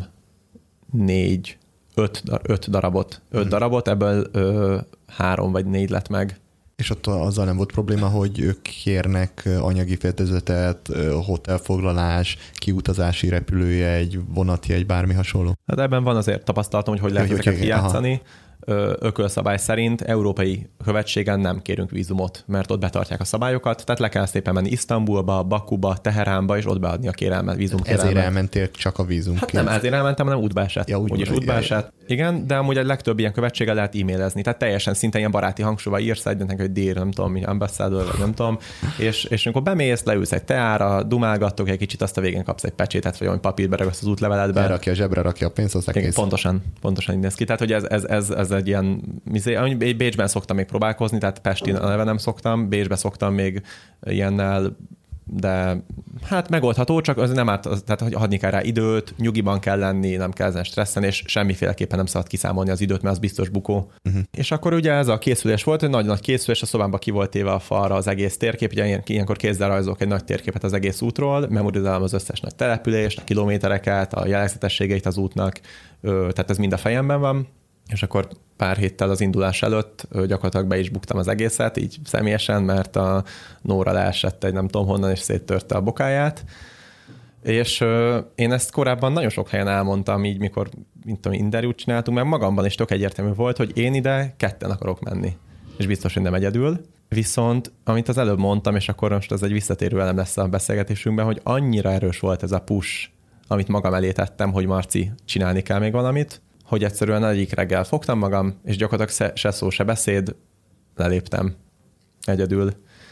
4, 5 darabot. 5 darabot, ebből 3 vagy 4 lett meg. És ott azzal nem volt probléma, hogy ők kérnek anyagi fedezetet, hotelfoglalás, kiutazási repülőjegy, vonatjegy, bármi hasonló? Hát ebben van azért tapasztalatom, hogy lehet ezeket kijátszani. Ökölszabály szerint európai követségen nem kérünk vízumot, mert ott betartják a szabályokat, tehát le kell szépen menni Isztambulba, Bakuba, Teheránba, és ott beadni a vízumkérelmet. Ezért elmentél csak a vízum? Hát nem ezért elmentem, hanem útba esett. Ja, útba esett. Igen, de amúgy a legtöbb ilyen követséggel lehet e-mailezni, tehát teljesen szinte ilyen baráti hangsúlyval írsz egynek, hogy dear, nem tudom, ambassador, vagy nem tudom, és amikor bemész, leülsz egy teára, dumálgattok egy kicsit, azt a végén kapsz egy pecsétet, vagy olyan papírt beragasz az útleveledbe. Berakja a zsebre, rakja a pénzt, aztán kész. Pontosan így néz ki. Tehát, hogy ez egy ilyen, Bécsben szoktam még próbálkozni, tehát Pestin eleve nem szoktam, Bécsben szoktam még ilyennel, de hát megoldható, csak az nem árt, tehát hogy adni kell rá időt, nyugiban kell lenni, nem kell ezen stresszelni, és semmiféleképpen nem szabad kiszámolni az időt, mert az biztos bukó. És akkor ugye ez a készülés volt, egy nagy készülés, a szobámban ki volt téve a falra az egész térkép, ugye ilyenkor kézzel rajzolok egy nagy térképet az egész útról, memorizálom az összes nagy települést, a kilométereket, a jellegzetességeit az útnak, tehát ez mind a fejemben van. És akkor pár héttel az indulás előtt gyakorlatilag be is buktam az egészet, így személyesen, mert a Nóra leesett egy nem tudom honnan, és széttörte a bokáját. És én ezt korábban nagyon sok helyen elmondtam, így mikor interjút csináltunk, mert magamban is tök egyértelmű volt, hogy én ide 2 akarok menni. És biztos, hogy nem egyedül. Viszont, amit az előbb mondtam, és akkor most ez egy visszatérő elem lesz a beszélgetésünkben, hogy annyira erős volt ez a push, amit magam elé tettem, hogy Marci, csinálni kell még valamit, hogy egyszerűen egyik reggel fogtam magam, és gyakorlatilag se szó, se beszéd, leléptem egyedül.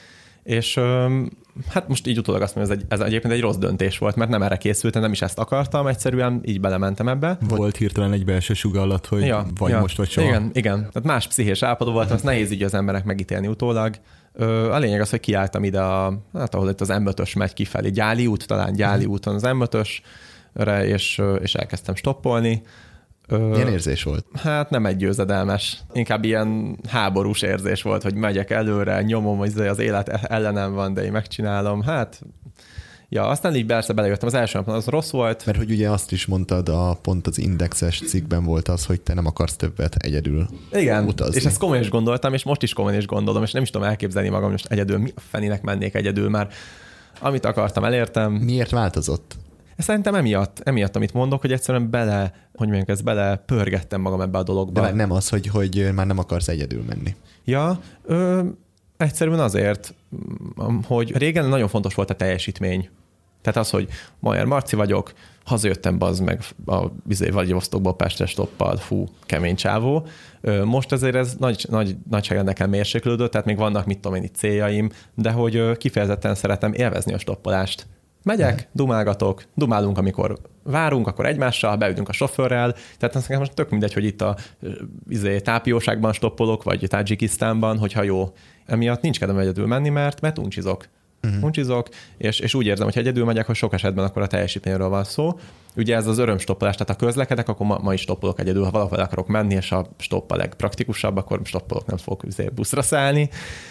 És hát most így utólag azt mondom, ez egyébként egy rossz döntés volt, mert nem erre készültem, nem is ezt akartam, egyszerűen így belementem ebbe. Volt hirtelen egy belső sugallat, hogy most vagy soha. Igen. Tehát más pszichés állapotban voltam, azt nehéz így az emberek megítélni utólag. A lényeg az, hogy kiálltam ide, ahol itt az M5-ös megy kifelé, Gyáli úton az M5-ösre, és elkezdtem stoppolni. Milyen érzés volt? Hát nem egy győzedelmes. Inkább ilyen háborús érzés volt, hogy megyek előre, nyomom, hogy az élet ellenem van, de én megcsinálom. Hát, aztán így persze belejöttem. Az első napon az rossz volt. Mert hogy ugye azt is mondtad, pont az Indexes cikkben volt az, hogy te nem akarsz többet egyedül utazni. És ezt komolyan is gondoltam, és most is komolyan is gondolom, és nem is tudom elképzelni magam most egyedül. Mi a fenének mennék egyedül már? Amit akartam, elértem. Miért változott? Szerintem emiatt, amit mondok, hogy egyszerűen bele pörgettem magam ebbe a dologba. De nem az, hogy már nem akarsz egyedül menni. Ja, egyszerűen azért, hogy régen nagyon fontos volt a teljesítmény. Tehát az, hogy Majer Marci vagyok, hazajöttem bazd meg a Vladivostokból Pestre stoppal, kemény csávó. Most azért ez nagyságrendekkel mérséklődött, tehát még vannak itt céljaim, de hogy kifejezetten szeretem élvezni a stoppolást. Megyek, dumálunk, amikor várunk, akkor egymással, beülünk a sofőrrel, tehát nekem most tök mindegy, hogy itt a Tápióságban stoppolok, vagy Tadzsikisztánban, hogyha jó. Emiatt nincs kedvem egyedül menni, mert uncsizok. uncsizok, és úgy érzem, hogy egyedül megyek, hogy sok esetben akkor a teljesítményről van szó. Ugye ez az örömstoppolás, tehát ha közlekedek, akkor ma is stoppolok egyedül. Ha valahol akarok menni, és a stopp a legpraktikusabb, akkor stoppolok, nem fogok buszra szállni.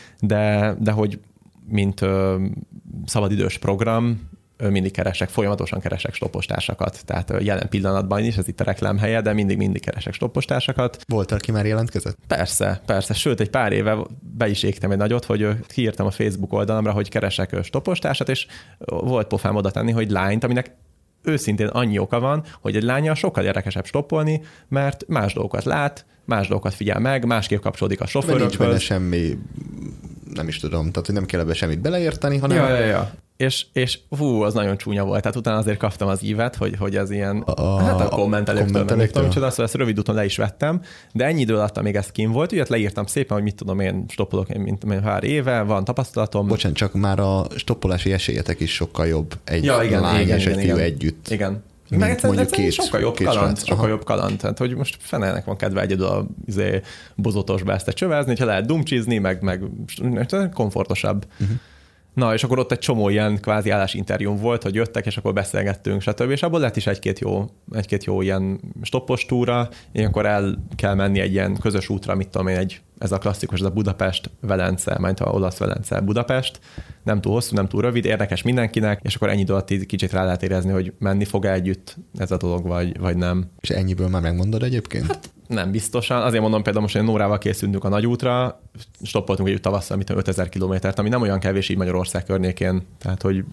De hogy mint szabadidős program, mindig folyamatosan keresek stoppostársakat. Tehát jelen pillanatban is, ez itt a reklámhelye, de mindig keresek stoppostársakat. Volt, aki már jelentkezett? Persze. Sőt, egy pár éve be is égtem egy nagyot, hogy kiírtam a Facebook oldalamra, hogy keresek stoppostársat, és volt pofám oda tenni, hogy lányt, aminek őszintén annyi oka van, hogy egy lánnyal sokkal érdekesebb stoppolni, mert más dolgokat lát, más dolgokat figyel meg, másképp kapcsolódik a sofőrökhöz. Nincs benne semmi, nem is tudom, tehát hogy nem kell ebbe semmit beleérteni, hanem... Ja. És az nagyon csúnya volt. Tehát utána azért kaptam az ívet, hogy ez ilyen a kommentelőktől, nem tudom, micsoda, szóval ezt rövid úton le is vettem, de ennyi idő alatt, amíg ez kim volt, ugye leírtam szépen, hogy mit tudom, én stoppolok mint pár éve, van tapasztalatom. Bocsánat, csak már a stoppolási esélyetek is sokkal jobb egy lány és egy fiú együtt. Igen. Meg mondjuk sokkal jobb kaland. Tehát, hogy most fenelnek van kedve egyedül a bozotosba ezt csövezni, hogyha lehet dumcsizni, meg komfortosabb. Na, és akkor ott egy csomó ilyen kvázi állásinterjúm volt, hogy jöttek, és akkor beszélgettünk, stb. És abból lett is egy-két jó ilyen stoppos túra, ilyenkor el kell menni egy ilyen közös útra, mit tudom én, ez a klasszikus, ez a Budapest-Velence, majd ha olasz-Velence Budapest, nem túl hosszú, nem túl rövid, érdekes mindenkinek, és akkor ennyi alatt kicsit rá lehet érezni, hogy menni fog együtt ez a dolog, vagy nem. És ennyiből már megmondod egyébként? Hát, nem biztosan. Azért mondom például most, hogy Nórával készültünk a nagyútra, stoppoltunk együtt tavasszal, 5000 kilométert, ami nem olyan kevés így Magyarország környékén, tehát hogy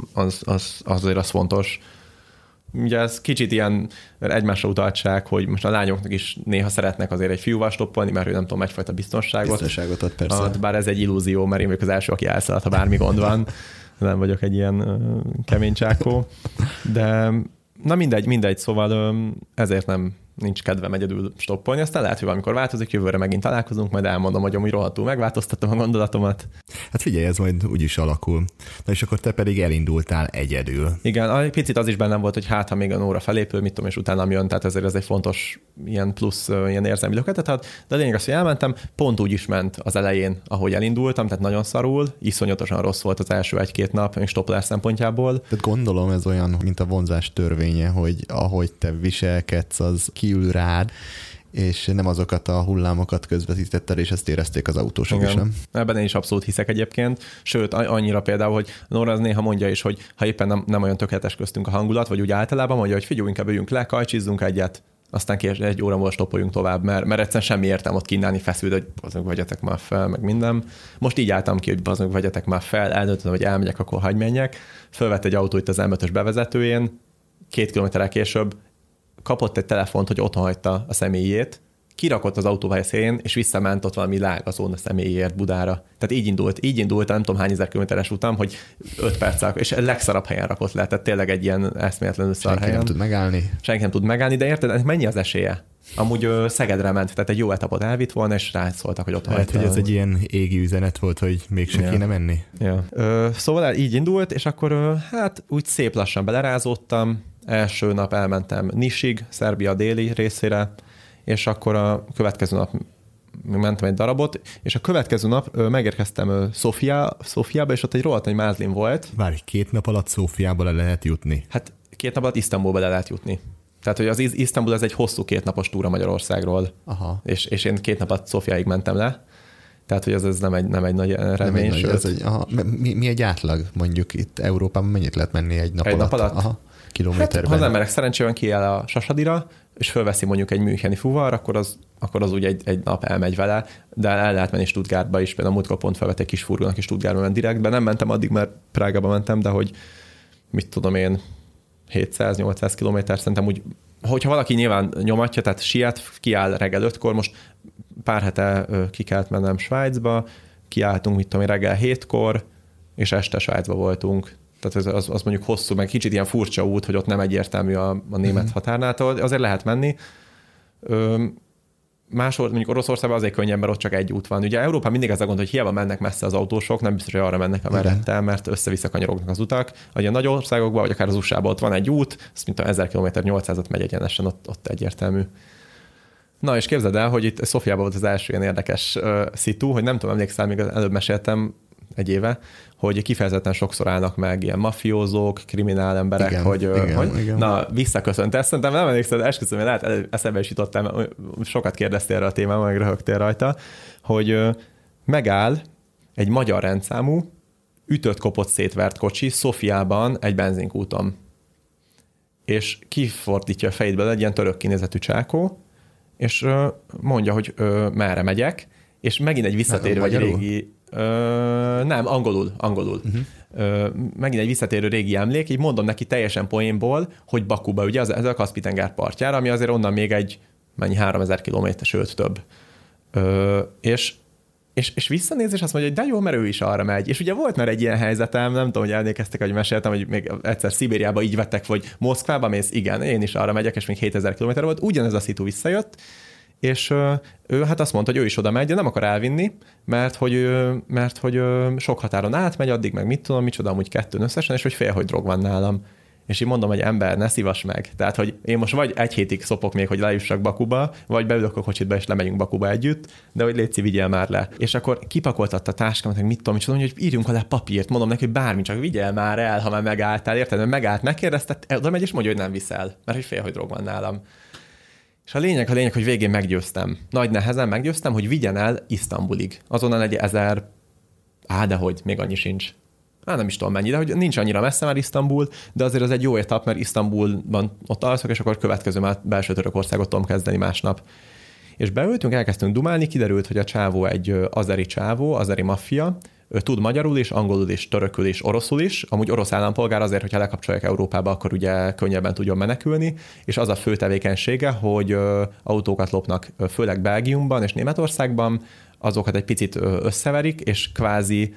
azért az fontos. Ugye ez kicsit ilyen egymásra utaltság, hogy most a lányoknak is néha szeretnek azért egy fiúval stoppolni, mert ő nem tudom, egyfajta biztonságot. Biztonságot ad, persze. Bár ez egy illúzió, mert én vagyok az első, aki elszállt, ha bármi gond van. Nem vagyok egy ilyen kemény csákó. De na mindegy, szóval ezért nincs kedvem egyedül stoppolni, aztán lehet, hogy valamikor változik, jövőre megint találkozunk, majd elmondom, hogy amúgy rohadtul megváltoztatom a gondolatomat. Hát figyelj, ez majd úgyis alakul. Na és akkor te pedig elindultál egyedül. Igen, picit az is bennem volt, hogy ha még a Nóra felépül, mit tudom, és utána jön, tehát ezért ez egy fontos ilyen plusz ilyen érzelmi löketet ad, de a lényeg az, hogy elmentem, pont úgy is ment az elején, ahogy elindultam, tehát nagyon szarul, iszonyatosan rossz volt az első 1-2 nap, még stoppolás szempontjából. Tehát gondolom ez olyan, mint a vonzás törvénye, hogy ahogy te viselkedsz, az kiül rád, és nem azokat a hullámokat közvetítetted, és ezt érezték az autósok is, nem? Ebben én is abszolút hiszek egyébként. Sőt, annyira például, hogy Nóra az néha mondja is, hogy ha éppen nem olyan tökéletes köztünk a hangulat, vagy úgy általában mondja, hogy figyelj, inkább üljünk le, kajcsizzunk egyet, aztán egy óra múlva stoppoljunk tovább, mert egyszerűen semmi értelme ott kínálni feszült, hogy azok vegyetek már fel, meg minden. Most így álltam ki, hogy azok vegyetek már fel, eldöntöttem, hogy elmegyek, akkor hagyj menjek. Fölvett egy autó itt az M5-ös bevezetőjén, 2 kilométerrel később kapott egy telefont, hogy otthon hagyta a személyét, kirakott az autópálya szélén, és visszament ott valami lágazón a személyért Budára. Tehát így indult, nem tudom hány ezer kilométeres utam, hogy 5 perccel, és a legszarabb helyen rakott le, tehát tényleg egy ilyen eszméletlenül szar helyen. Senki nem tud megállni, de érted, mennyi az esélye? Amúgy Szegedre ment, tehát egy jó etapot elvitt volna, és rászóltak, hogy ott hagyta. Hogy ez egy ilyen égi üzenet volt, hogy mégsem kéne menni. Ja. Szóval így indult, és akkor hát úgy szép lassan belerázódtam. Első nap elmentem Nisig, Szerbia déli részére, és akkor a következő nap mentem egy darabot, és a következő nap megérkeztem Szófiába, és ott egy rohadt nagy mázlim volt. Várj, 2 nap alatt Szófiába le lehet jutni? Hát 2 nap alatt Isztambulba le lehet jutni. Tehát, hogy az Isztambul ez egy hosszú 2 napos túra Magyarországról. Aha. És én 2 nap alatt Szófiáig mentem le. Tehát, hogy ez nem egy nagy remény. Mi egy átlag, mondjuk itt Európában mennyit lehet menni egy nap alatt? Aha. Kilométerben. Hát, ha az emberek szerencsében kiáll a Sasadira, és fölveszi mondjuk egy müncheni fuvar, akkor az úgy egy nap elmegy vele, de el lehet menni Stuttgartba is. Például múltkor pont felvett egy kis furgonak, és Stuttgartba ment direktbe. Nem mentem addig, mert Prágába mentem, de hogy mit tudom én, 700-800 kilométer szerintem úgy, hogyha valaki nyilván nyomatja, tehát siet, kiáll reggel 5-kor, most pár hete ki kellett mennem Svájcba, kiálltunk, mit tudom én, reggel 7-kor, és este Svájcba voltunk. Tehát az mondjuk hosszú, meg kicsit ilyen furcsa út, hogy ott nem egyértelmű a német határnától, azért lehet menni. Máshol, mondjuk Oroszországban azért könnyebb, mert ott csak egy út van. Ugye Európában mindig ez a gond, hogy hiába mennek messze az autósok, nem biztos, hogy arra mennek, amerre, mert össze-vissza kanyarognak az utak. Vagy a nagy országokban, vagy akár az USA-ban ott van egy út, az mint a 1000 km 800-at megy egyenesen, ott egyértelmű. Na és képzeld el, hogy itt Szofiában volt az első ilyen érdekes szitu, hogy nem tudom, emlékszel, még előbb meséltem, egy éve, hogy kifejezetten sokszor állnak meg ilyen mafiózók, kriminál emberek, igen. Na, visszaköszönt. Ezt szerintem nem emlékszem, esküszöm, hogy lehet, eszembe is jutottam, sokat kérdeztél erre a témában, meg röhögtél rajta, hogy megáll egy magyar rendszámú, ütött-kopott szétvert kocsi Szofiában egy benzinkúton. És kifordítja a fejétből egy ilyen török kinézetű csákó, és mondja, hogy merre megyek, és megint egy visszatérő, egy régi... nem, angolul. Megint egy visszatérő régi emlék, így mondom neki teljesen poénból, hogy Bakuba, ugye ez a Kaszpi-tenger partjára, ami azért onnan még egy 3000 kilométer, sőt több. És visszanéz, és azt mondja, hogy de jó, mert ő is arra megy. És ugye volt már egy ilyen helyzetem, nem tudom, hogy emlékeztek, hogy meséltem, hogy még egyszer Szibériába így vettek, hogy Moszkvába mész, igen, én is arra megyek, és még 7000 kilométer volt, ugyanez a szitu visszajött, és ő hát azt mondta, hogy ő is oda megy, de nem akar elvinni, mert hogy sok határon átmegy, addig meg mit tudom, micsoda, amúgy 2 összesen, és hogy fél, hogy drog van nálam. És így mondom, hogy ember, ne szívass meg. Tehát, hogy én most vagy egy hétig szopok még, hogy lejussak Bakuba, vagy beülök a kocsitba, és lemegyünk Bakuba együtt, de hogy légy, vigyél már le. És akkor kipakoltatta a táskámat, meg mit tudom, micsoda, hogy írjunk alá papírt, mondom neki, hogy bármi, csak vigyél már el, ha már megálltál, érted? Mert megállt, megkérdezte, oda megy, és mondja, hogy nem viszel, mert hogy fél, hogy drog van nálam. És a lényeg, hogy végén meggyőztem. Nagy nehezen meggyőztem, hogy vigyen el Isztambulig. Azonnal egy 1000, dehogy, még annyi sincs. Nem is tudom mennyi, de hogy nincs annyira messze már Isztambul, de azért az egy jó etap, mert Isztambulban ott alszok, és akkor következő már belső Törökországot tudom kezdeni másnap. És beültünk, elkezdtünk dumálni, kiderült, hogy a csávó egy azeri csávó, azeri maffia, ő tud magyarul is, angolul is, törökül is, oroszul is, amúgy orosz állampolgár azért, hogyha lekapcsolják Európába, akkor ugye könnyebben tudjon menekülni, és az a fő tevékenysége, hogy autókat lopnak, főleg Belgiumban és Németországban, azokat egy picit összeverik, és kvázi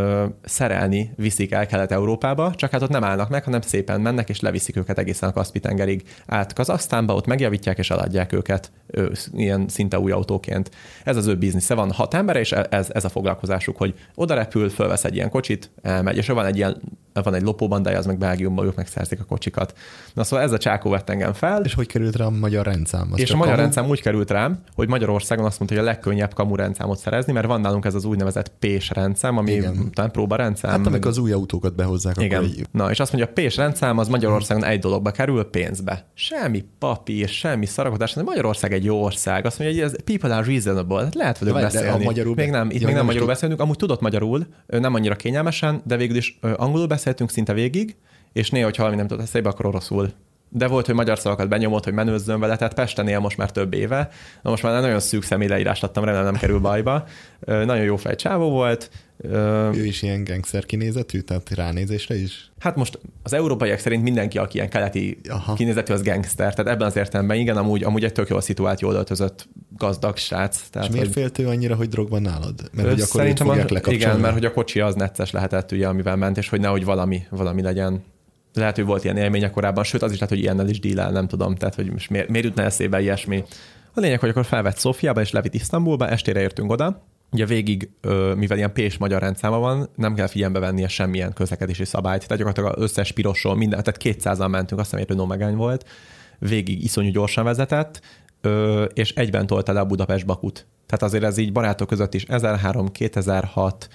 szerelni viszik el Kelet-Európába, csak hát ott nem állnak meg, hanem szépen mennek, és leviszik őket egészen a Kaszpi-tengerig át Kazahsztánba, ott megjavítják, és eladják őket ilyen szinte új autóként. Ez az ő biznisze, van 6 ember, és ez a foglalkozásuk, hogy oda repül, fölvesz egy ilyen kocsit, elmegy, és van egy lopóbandája, az meg Belgiumban, ők megszerzik a kocsikat. Na szóval ez a csákó vett engem fel. És hogy került rá a magyar rendszám? És a magyar rendszám úgy került rám, hogy Magyarországon azt mondta, hogy a legkönnyebb kamu rendszámot szerezni, mert van nálunk ez az úgynevezett P-s rendszám, ami talán próbarendszám. Hát amikor az új autókat behozzák, igen. Akkor Na, és azt mondja, a P-s rendszám az Magyarországon egy dologba kerül, pénzbe. Semmi papír, semmi szarakodás, de Magyarország egy jó ország. Azt mondja, hogy ez people are reasonable. Hát lehet velük beszélni. Még nem magyarul beszélünk, amúgy tudott magyarul, nem annyira kényelmesen, de végül is angolul beszéltünk szinte végig, és néha, hogyha valami nem tudott eszébe, akkor oroszul. De volt, hogy magyar szavakat benyomott, hogy menőzzön vele, tehát Pesten él most már több éve. Na most már nagyon szűk személyleírást adtam, remélem nem kerül bajba. Nagyon jó fejcsávó volt. Ő is ilyen gangster kinézetű, tehát ránézésre is? Hát most az európaiak szerint mindenki, aki ilyen keleti kinézetű, az gangster. Tehát ebben az értelemben igen, amúgy egy tök jól szituált, jól öltözött gazdag srác. És miért félt ő annyira, hogy drog van nálad? Mert hogy akkor őt fogják lekapcsolni? Igen, mert hogy a kocsi az necces lehetett, ugye, amivel ment, és hogy nehogy valami legyen. Lehet, hogy volt ilyen élménye korábban, sőt az is lehet, hogy ilyennel is dílel, nem tudom, tehát hogy most miért jutna eszébe ilyesmi. A lényeg, hogy akkor felvett Szofiába és levitt Isztambulba, estére értünk oda. Ugye végig, mivel ilyen P-s magyar rendszáma van, nem kell figyelembe vennie semmilyen közlekedési szabályt. Tehát gyakorlatilag az összes pirosról, minden, tehát 200-an mentünk, azt hiszem, egy Renault Megane volt, végig iszonyú gyorsan vezetett, és egyben tolta le a Budapest-Bakut. Tehát azért ez így barátok között is 1003, 2006,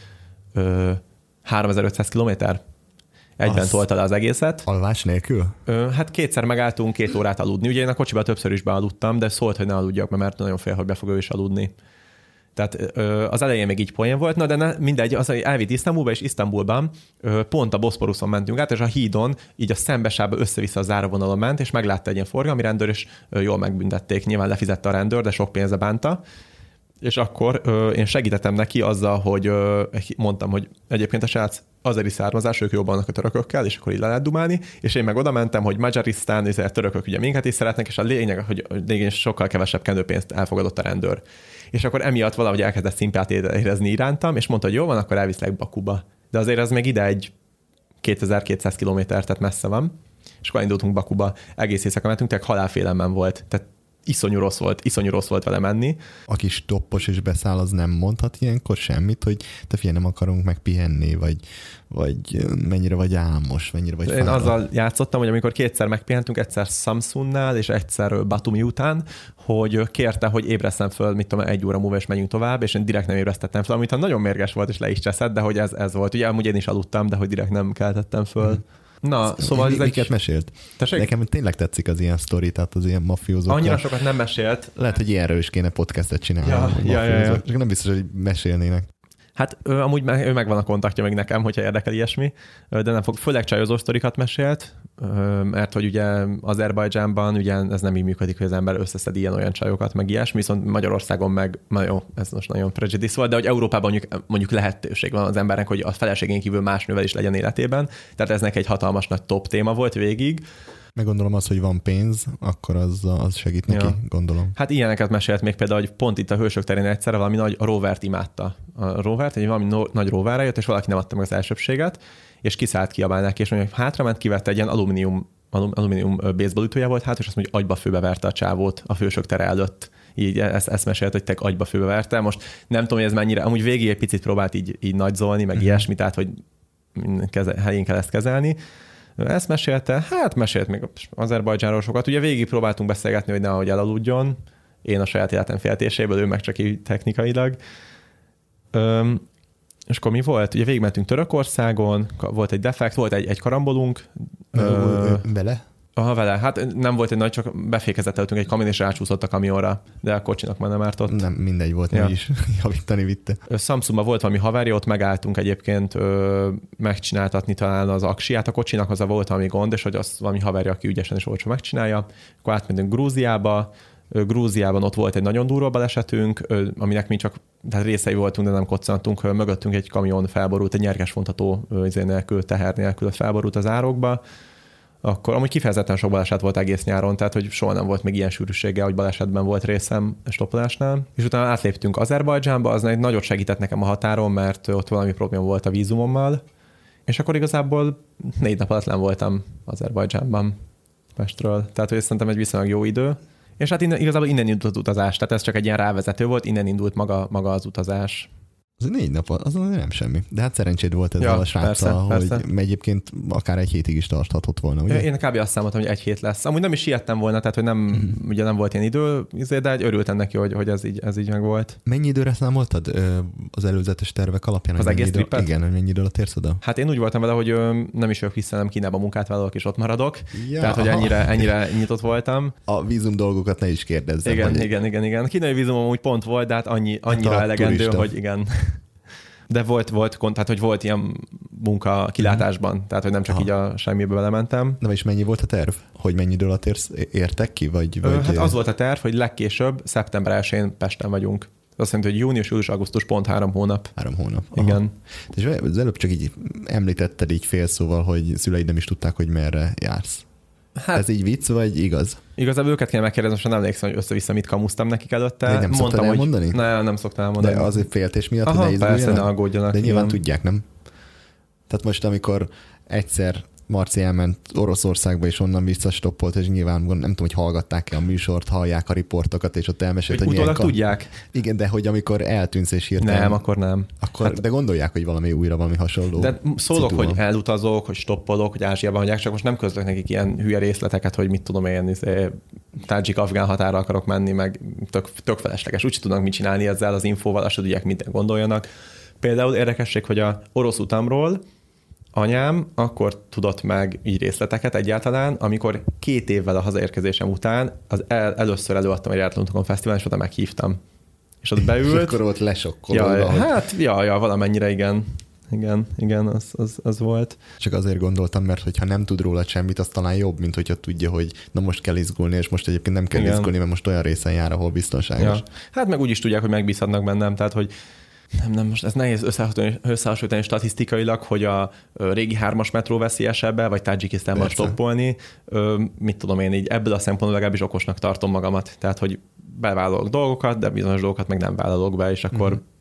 3500 kilométer. Egyben tolta le az egészet. Alvás nélkül? Hát 2-szer megálltunk 2 órát aludni. Ugye én a kocsiban többször is bealudtam, de szólt, hogy ne aludjak, mert nagyon fél, hogy be fog ő is aludni. Tehát az elején még így poén volt, de mindegy, az elvitt Isztambulba, és Isztambulban pont a Boszporuszon mentünk át, és a hídon így a szembesába össze-vissza a záróvonalon ment, és meglátta egy ilyen forgalmi rendőr, és jól megbüntették. Nyilván lefizette a rendőr, de sok pénze bánta. És akkor én segítettem neki azzal, hogy mondtam, hogy egyébként a srác azeri származás, ők jobban vannak a törökökkel, és akkor így le lehet dumálni, és én meg oda mentem, hogy Magyarisztán, és a törökök ugye minket is szeretnek, és a lényeg, hogy végén sokkal kevesebb kendőpénzt elfogadott a rendőr. És akkor emiatt valahogy elkezdett szimpátiát érezni irántam, és mondta, hogy jó van, akkor elviszlek Bakuba. De azért az még ide egy 2200 kilométer, tehát messze van. És akkor indultunk Bakuba, egész éjszaka mentünk, tehát halálfélemben volt. Tehát iszonyú rossz volt vele menni. Aki stoppos és beszáll, az nem mondhat ilyenkor semmit, hogy te figyelj, nem akarunk megpihenni, vagy mennyire vagy álmos, mennyire vagy fáradt. Én azzal játszottam, hogy amikor kétszer megpihentünk, egyszer Samsunnál és egyszer Batumi után, hogy kérte, hogy ébresztem föl, mit tudom, 1 óra múlva és menjünk tovább, és én direkt nem ébresztettem föl, amit nagyon mérges volt, és le is cseszett, de hogy ez volt. Ugye amúgy én is aludtam, de hogy direkt nem keltettem föl. Na, szóval... Miket mesélt? Tessék? Nekem tényleg tetszik az ilyen sztori, tehát az ilyen mafiózók. Annyira sokat nem mesélt. Lehet, hogy ilyenről is kéne podcastet csinálni. Ja. Csak nem biztos, hogy mesélnének. Hát amúgy ő megvan a kontaktja még nekem, hogyha érdekel ilyesmi, de nem fog. Főleg csajozó sztorikat mesélt, mert hogy ugye Azerbajdzsánban ugye ez nem így működik, hogy az ember összeszed ilyen-olyan csajokat, meg ilyesmi, viszont Magyarországon meg, na jó, ez most nagyon prejudice volt, de hogy Európában mondjuk lehetőség van az embernek, hogy a feleségén kívül más nővel is legyen életében, tehát ez neki egy hatalmas nagy top téma volt végig. Meg gondolom az, hogy van pénz, akkor az segít neki, gondolom. Hát ilyeneket mesélt még például, hogy pont itt a Hősök terén egyszerre valami nagy rovert imádta. A rovert, egy valami nagy roverre jött, és valaki nem adta meg az elsőbséget, és kiszállt kiabálni, és mondja, hogy hátrament, kivette egy ilyen alumínium baseball ütője volt hát, és azt mondja, hogy agyba főbeverte a csávót a Hősök tere előtt. Így ezt mesélt, hogy te agyba főbeverte. Most nem tudom, hogy ez mennyire, amúgy végig egy picit próbált így nagyzolni, meg ilyesmi, tehát hogy helyén kell ezt kezelni. Ezt mesélte, mesélt még Azerbajdzsánról sokat. Ugye végig próbáltunk beszélgetni, hogy nehogy elaludjon. Én a saját életem féltéséből, ő meg csak így technikailag. És akkor mi volt? Ugye végigmentünk Törökországon, volt egy defekt, volt egy karambolunk. Vele? Aha, vele. Hát nem volt egy nagy, csak befékezett előttünk egy kamion, és rácsúszott a kamionra, de a kocsinak már nem ártott. Nem, mindegy volt, ja. Is javítani vitte. Samsungban volt valami haverja, ott megálltunk egyébként megcsináltatni talán az aksiát a kocsinak, az a volt valami gond, és hogy az valami haverja, aki ügyesen és olcsó megcsinálja. Akkor átmentünk Grúziába. Grúziában ott volt egy nagyon durva balesetünk, aminek mi csak tehát részei voltunk, de nem koccantunk. Mögöttünk egy kamion felborult, egy nyerges vontató teher nélkül felborult az árokba. Akkor amúgy kifejezetten sok baleset volt egész nyáron, tehát hogy soha nem volt még ilyen sűrűséggel, hogy balesetben volt részem stoppolásnál. És utána átléptünk Azerbajdzsánba, az nagyot segített nekem a határon, mert ott valami probléma volt a vízumommal, és akkor igazából 4 nap alatt nem voltam Azerbajdzsánban Pestről. Tehát hogy szerintem egy viszonylag jó idő. És hát igazából innen indult az utazás, tehát ez csak egy ilyen rávezető volt, innen indult maga az utazás. Az 4 nap, az nem semmi. De hát szerencséd volt ezzel a sráccal, hogy egyébként akár egy hétig is tarthatott volna, ugye? Én kb. Azt számoltam, hogy 1 hét lesz. Amúgy nem is siettem volna, tehát hogy nem, ugye nem volt ilyen idő, de örültem neki, hogy ez így meg volt. Mennyi időre számoltad az előzetes tervek alapján? Az egész trippet? Igen, hogy mennyi idő alatt érsz oda? Hát én úgy voltam vele, hogy nem is jövök vissza, nem Kínába munkát vállalok, és ott maradok. Ja. Tehát, hogy ennyire nyitott voltam. A vízum dolgokat ne is kérdezzem. Igen. A kínai vízumom úgy pont volt, de hát annyira elegendő, hogy igen. De volt tehát, hogy volt ilyen munka kilátásban, tehát, hogy nem csak így a semmibe belementem. Na és mennyi volt a terv? Hogy mennyi idő alatt értek ki? Vagy... Hát az volt a terv, hogy legkésőbb szeptember 1-én Pesten vagyunk. Azt jelenti, hogy június, július, augusztus pont 3 hónap. 3 hónap. Igen. És az előbb csak így említetted így félszóval, hogy szüleid nem is tudták, hogy merre jársz. Hát, ez így vicc, vagy igaz? Igazából őket kell megkérdezni, most nem emlékszem, hogy össze-vissza mit kamusztam nekik előtte. De nem szoktad elmondani? Nem szoktam elmondani. De azért féltés miatt, hogy ne izguljanak? Persze, ne aggódjanak. De nyilván tudják, nem? Tehát most, amikor egyszer Marci elment Oroszországba, és onnan visszastoppolt, és nyilván nem tudom, hogy hallgatták-e a műsort, hallják a riportokat, és ott elmesélt, hogy utólag tudják. Igen, de hogy amikor eltűnsz és hirtelen... Nem, akkor nem. Hát, de gondolják, hogy valami hasonló. De szólok, hogy elutazok, hogy stoppolok, hogy Ázsiában hagyják, csak most nem közlök nekik ilyen hülye részleteket, hogy mit tudom én, tádzsik-afgán határa akarok menni, meg tök felesleges. Úgy tudnak mit csinálni ezzel az infóval, azt tudják, mit gondoljanak. Például érdekesség, hogy a orosz utamról anyám akkor tudott meg így részleteket egyáltalán, amikor 2 évvel a hazaérkezésem után először előadtam egy Járatlanutakon Fesztiválon, és oda meghívtam. És ott beült. És akkor ott lesokkolod. Valamennyire igen. Igen, az volt. Csak azért gondoltam, mert hogyha nem tud róla semmit, az talán jobb, mint hogyha tudja, hogy na most kell izgulni, és most egyébként nem kell izgulni, mert most olyan részen jár, ahol biztonságos. Ja. Hát meg úgy is tudják, hogy megbízhatnak bennem, tehát hogy nem, most ez nehéz összehasonlítani statisztikailag, hogy a régi 3-as metró veszélyesebbe, vagy Tadzsikisztánban stoppolni. Mit tudom én, így ebből a szempontból legalábbis okosnak tartom magamat. Tehát, hogy bevállalok dolgokat, de bizonyos dolgokat meg nem vállalok be, és akkor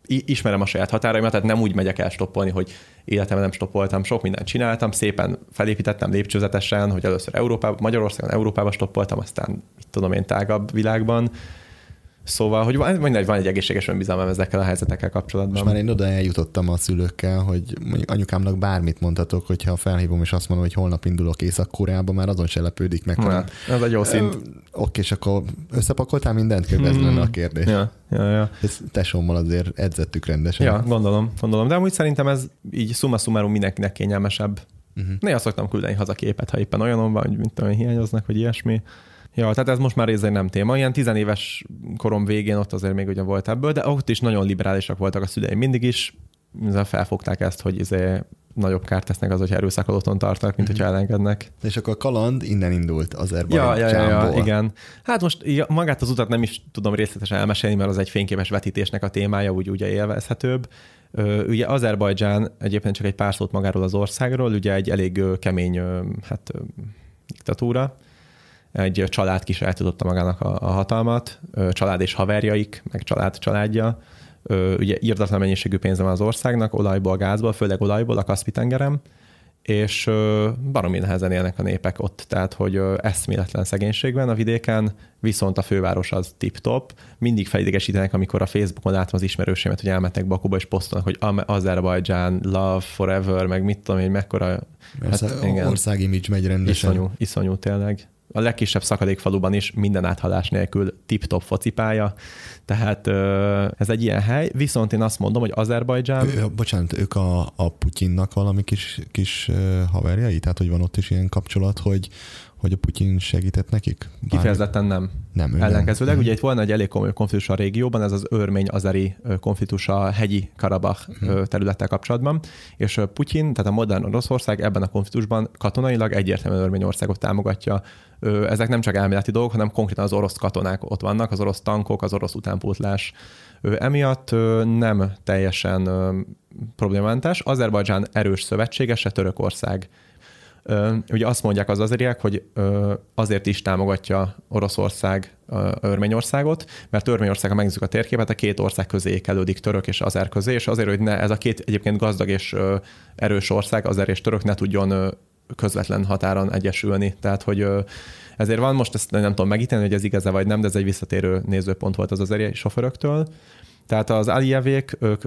ismerem a saját határaimat, tehát nem úgy megyek el stoppolni, hogy életemben nem stoppoltam, sok mindent csináltam, szépen felépítettem lépcsőzetesen, hogy először Magyarországon, Európában stoppoltam, aztán mit tudom én, tágabb világban. Szóval, hogy van egy egészséges önbizalmam ezekkel a helyzetekkel kapcsolatban. Most már én oda eljutottam a szülőkkel, hogy mondjuk anyukámnak bármit mondhatok, hogyha felhívom és azt mondom, hogy holnap indulok Észak-Koreába, már azon se lepődik meg. Ez egy jó szint. Oké, és akkor összepakoltál mindent? Ez lenne a kérdés. Ja. Ezt tesómmal azért edzettük rendesen. Ja, gondolom. De amúgy szerintem ez így summa summarum mindenkinek kényelmesebb. Néha szoktam küldeni haza képet, ha éppen olyanon van, hogy mint tudom, hiányoznak, vagy ilyesmi. Ja, tehát ez most már részben nem téma. Ilyen 10 éves korom végén ott azért még ugye volt ebből, de ott is nagyon liberálisak voltak a szüleim mindig is. Felfogták ezt, hogy nagyobb kárt tesznek az, hogyha erőszakot otthon tartanak, mint hogyha elengednek. És akkor a kaland innen indult Azerbajdzsánból. Ja, igen. Hát most magát az utat nem is tudom részletesen elmesélni, mert az egy fényképes vetítésnek a témája, úgy ugye élvezhetőbb. Ugye Azerbajdzsán egyébként csak egy pár szót magáról az országról, ugye egy elég kemény diktatúra. Egy család kisajátította magának a hatalmat, család és haverjaik, meg családja. Ugye irdatlan mennyiségű pénze van az országnak, olajból, gázból, főleg olajból a Kaszpi-tengeren, és baromi nehezen élnek a népek ott, tehát hogy eszméletlen szegénység van a vidéken, viszont a főváros az tip-top. Mindig felidegesítenek, amikor a Facebookon látom az ismerősémet, hogy elmentek Bakuba, és posztolnak, hogy Azerbajdzsán, love forever, meg mit tudom én, mekkora... Ország image megy rendesen. Iszonyú tényleg. A legkisebb szakadékfaluban is minden áthalás nélkül tip-top focipálya, tehát ez egy ilyen hely, viszont én azt mondom, hogy Azerbajdzsán... Bocsánat, ők a Putyinnak valami kis haverjai? Tehát, hogy van ott is ilyen kapcsolat, hogy a Putyin segített nekik? Kifejezetten nem. Ellenkezőleg, ugye itt volna egy elég komoly konfliktus a régióban, ez az örmény-azeri konfliktus a hegyi Karabach területtel kapcsolatban, és Putyin, tehát a modern Oroszország ebben a konfliktusban katonailag egyértelműen Örményországot támogatja. Ezek nem csak elméleti dolgok, hanem konkrétan az orosz katonák ott vannak, az orosz tankok, az orosz utánpótlás. Emiatt nem teljesen problémamentes. Azerbajdzsán erős szövetségese Törökország. Ugye azt mondják az azeriek, hogy azért is támogatja Oroszország Örményországot, mert Örményország, ha megnézzük a térképet, a két ország közé ékelődik, török és azer közé, és azért, hogy ez a két egyébként gazdag és erős ország, azer és török ne tudjon közvetlen határon egyesülni. Tehát, hogy ezért van, most ezt nem tudom megítélni, hogy ez igaz-e vagy nem, de ez egy visszatérő nézőpont volt az azeri sofőröktől. Tehát az Aliyevék, ők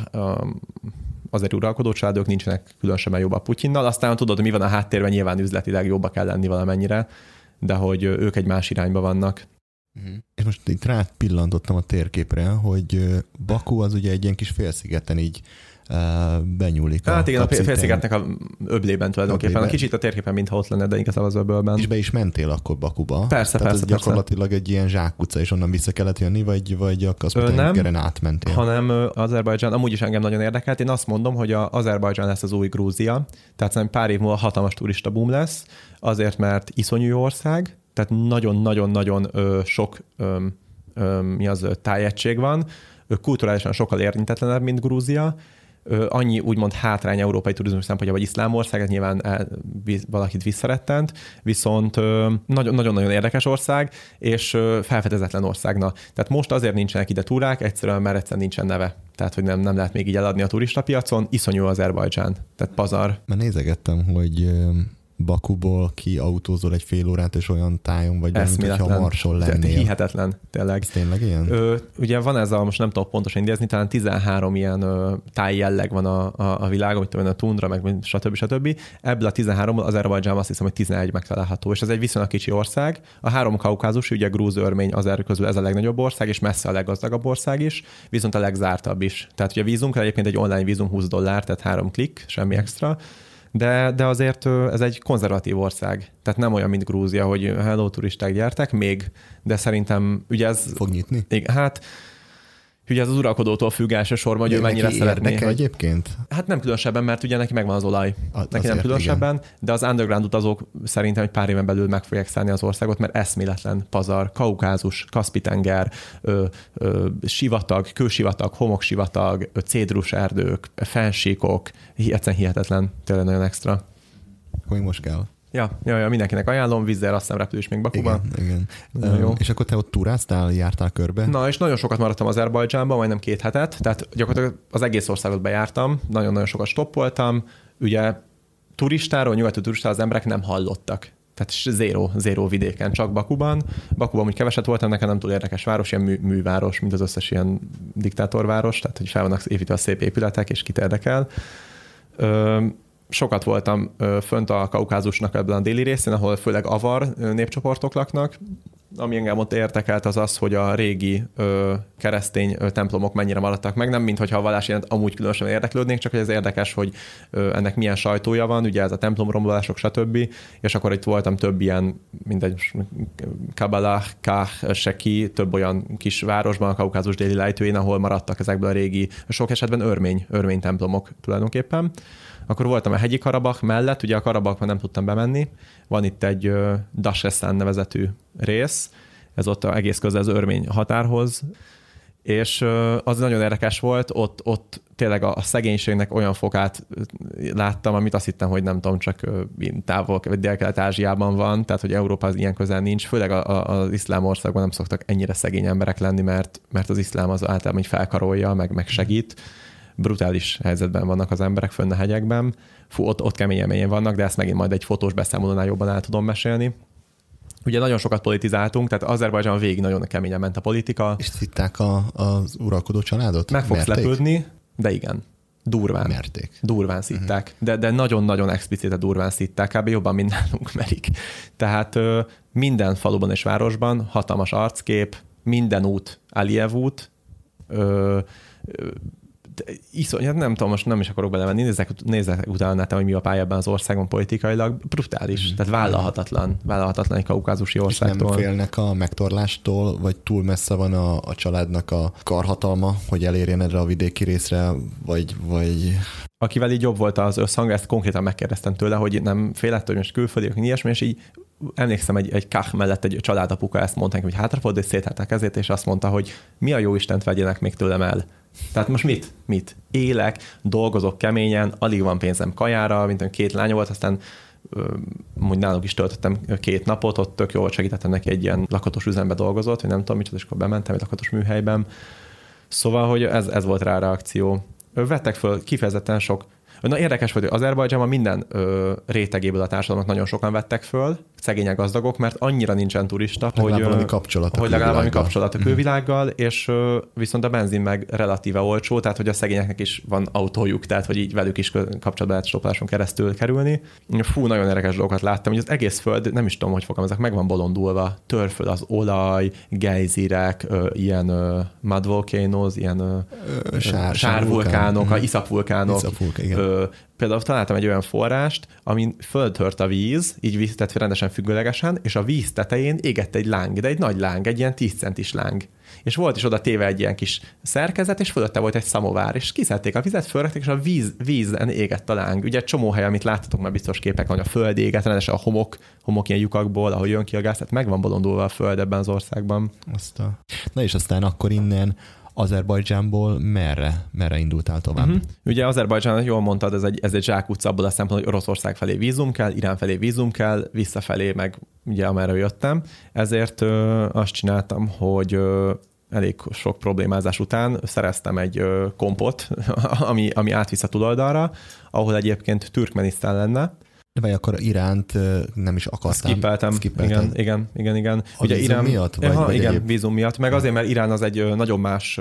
azért uralkodó családok nincsenek különösebben jobbak Putyinnal, aztán tudod, hogy mi van a háttérben, nyilván üzletileg jobbak kell lenni valamennyire, de hogy ők egy más irányba vannak. És most itt rá pillantottam a térképre, hogy Baku az ugye egy ilyen kis félszigeten így benyúlik. Hát igen, a félszigetnek a öblében tulajdonképpen. Kicsit a térképen, mintha ott lenne, de igazából az öbölben. És be is mentél akkor Bakuba? Persze. Gyakorlatilag egy ilyen zsákutca, és onnan vissza kellett jönni, vagy a Kaszpi-tengeren átmentél? Hanem Azerbajdzsán amúgy is engem nagyon érdekelt. Én azt mondom, hogy Azerbajdzsán lesz az új Grúzia, tehát szerintem pár év múlva hatalmas turista boom lesz, azért, mert iszonyú jó ország, tehát nagyon-nagyon-nagyon sok tájegység van, kulturálisan sokkal érintetlenebb, mint Grúzia, annyi úgymond hátrány európai turizmus szempontjából, vagy iszlámország, nyilván valakit visszarettent, viszont nagyon-nagyon érdekes ország, és felfedezetlen országna. Tehát most azért nincsenek ide túrák, egyszerűen mert egyszerűen nincsen neve. Tehát, hogy nem lehet még így eladni a turistapiacon, iszonyú Azerbajdzsán, tehát pazar. Mert nézegettem, hogy Bakuból kiautózol egy fél órát, és olyan tájon vagy, mint hogyha Marson lennél. Hihetetlen, tényleg. Ez tényleg ilyen? Ugye van ez most nem tudom pontosan idézni, talán 13 ilyen tájjelleg van a világon, mint a tundra, meg stb. Ebből a 13-ból Azerbajdzsán azt hiszem, hogy 11 megtalálható, és ez egy viszonylag kicsi ország. A 3 kaukázus, ugye grúz, örmény, azer közül ez a legnagyobb ország, és messze a leggazdagabb ország is, viszont a legzártabb is. Tehát ugye vízunk, egyébként egy online vízum $20, tehát 3 klikk, semmi extra. De azért ez egy konzervatív ország. Tehát nem olyan, mint Grúzia, hogy hello, turisták, gyertek még, de szerintem ugye ez... Fog nyitni? Hát ugye ez az uralkodótól függ elsősorban, hogy ő mennyire szeretné. Hogy... egyébként? Hát nem különösebben, mert ugye neki megvan az olaj. Neki nem különösebben, igen. De az underground utazók szerintem egy pár éven belül meg fogják szállni az országot, mert eszméletlen pazar, Kaukázus, Kaszpi-tenger, sivatag, kősivatag, homoksivatag, cédruserdők, fensíkok, egyszerűen hihetetlen, tényleg nagyon extra. Akkor most kell. Ja, mindenkinek ajánlom, vízzel azt hiszem repülős még Bakuban. Igen. Jó. És akkor te ott túráztál, jártál körbe? Na, és nagyon sokat maradtam Azerbajdzsánban, majdnem 2 hetet, tehát gyakorlatilag az egész országot bejártam, nagyon-nagyon sokat stoppoltam, ugye turistáról, nyugati turistáról az emberek nem hallottak. Tehát zéro vidéken, csak Bakuban. Bakuban úgy keveset voltam, nekem nem túl érdekes város, ilyen műváros, mint az összes ilyen diktátorváros, tehát hogy fel vannak építve a szép épületek, és kit érdekel. Sokat voltam fönt a Kaukázusnak ebben a déli részén, ahol főleg avar népcsoportok laknak. Ami engem ott értekelt, az az, hogy a régi keresztény templomok mennyire maradtak meg, nem mintha a vallás iránt amúgy különösen érdeklődnék, csak hogy ez érdekes, hogy ennek milyen sajtója van, ugye ez a templomrombolások, stb. És akkor itt voltam több ilyen, mindegy, Kabbalah, Kah, Seki, több olyan kis városban, a Kaukázus déli lejtőjén, ahol maradtak ezekből a régi, sok esetben örmény templomok tulajdonképpen. Akkor voltam a hegyi Karabakh mellett, ugye a Karabakban nem tudtam bemenni, van itt egy Dashestan nevezetű rész, ez ott egész közel az örmény határhoz, és az nagyon érdekes volt, ott tényleg a szegénységnek olyan fokát láttam, amit azt hittem, hogy nem tudom, csak távol, vagy Dél-Kelet-Ázsiában van, tehát hogy Európa az ilyen közel nincs, főleg az iszlám országban nem szoktak ennyire szegény emberek lenni, mert az iszlám az általában így felkarolja, meg segít. Brutális helyzetben vannak az emberek fönn a hegyekben. Ott kemény élményen vannak, de ezt megint majd egy fotós beszámolónál jobban el tudom mesélni. Ugye nagyon sokat politizáltunk, tehát Azerbajdzsán végig nagyon keményen ment a politika. És szitták az uralkodó családot? Meg fogsz lepődni, de igen. Durván. Merték. Durván szitták. De nagyon-nagyon explicite durván szitták, kb. Jobban, mint nálunk merik. Tehát minden faluban és városban hatalmas arckép, minden út Aliyev út, iszonyat, nem tudom, most nem is akarok belemenni, nézzek utána, hogy mi a pálya ebben az országban politikailag, brutális, tehát vállalhatatlan egy kaukázusi országtól. És nem félnek a megtorlástól, vagy túl messze van a családnak a karhatalma, hogy elérjen erre a vidéki részre, vagy... Akivel így jobb volt az összhang, ezt konkrétan megkérdeztem tőle, hogy nem félett, hogy most külföldiek, ilyesmi, és így emlékszem, egy Kah mellett egy családapuka ezt mondták, hogy hátrafordult, és szétállt a kezét, és azt mondta, hogy mi a jó Istent vegyenek még tőlem el. Tehát most mit? Élek, dolgozok keményen, alig van pénzem kajára, mint 2 lánya volt, aztán úgy náluk is töltöttem 2 napot, ott tök jól segítettem neki, egy ilyen lakatos üzembe dolgozott, hogy nem tudom micsoda, és akkor bementem egy lakatos műhelyben. Szóval, hogy ez volt rá a reakció. Vettek föl kifejezetten sok. Na, érdekes volt, hogy Azerbajdzsánban minden rétegéből a társadalomnak nagyon sokan vettek föl, szegények, gazdagok, mert annyira nincsen turista, hogy legalább valami kapcsolat a külvilággal, és viszont a benzin meg relatíve olcsó, tehát hogy a szegényeknek is van autójuk, tehát hogy így velük is kapcsolatba lehet stopláson keresztül kerülni. Nagyon érdekes dolgokat láttam, hogy az egész föld, nem is tudom, hogy fogalmazok, meg van bolondulva, tör föl az olaj, gejzirek, ilyen mud volcanoes, ilyen sárvulkánok, iszapvulkánok. Például találtam egy olyan forrást, amin földtört a víz, így tehát rendesen függőlegesen, és a víz tetején égett egy láng, de egy nagy láng, egy ilyen 10 centis láng. És volt is oda téve egy ilyen kis szerkezet, és fölötte volt egy szamovár, és kiszedték a vizet, fölrakták, és a vízen égett a láng. Ugye egy csomó hely, amit láttatok már biztos képek, hogy a föld éget, rendesen a homok ilyen lyukakból, ahol jön ki a gáz, tehát meg van bolondulva a föld ebben az országban. Na és aztán akkor innen Azerbajdzsánból merre indultál tovább? Ugye Azerbajdzsán, jól mondtad, ez egy zsákutca abból a szempontból, hogy Oroszország felé vízum kell, Irán felé vízum kell, visszafelé meg ugye amerre jöttem. Ezért azt csináltam, hogy elég sok problémázás után szereztem egy kompot, ami átvisz a túloldalra, ahol egyébként Türkmenisztán lenne. De vagy akkor Iránt nem is akartam. Skippeltem. Igen. A ugye vízum miatt? Igen, vízum miatt. Meg azért, mert Irán az egy nagyon más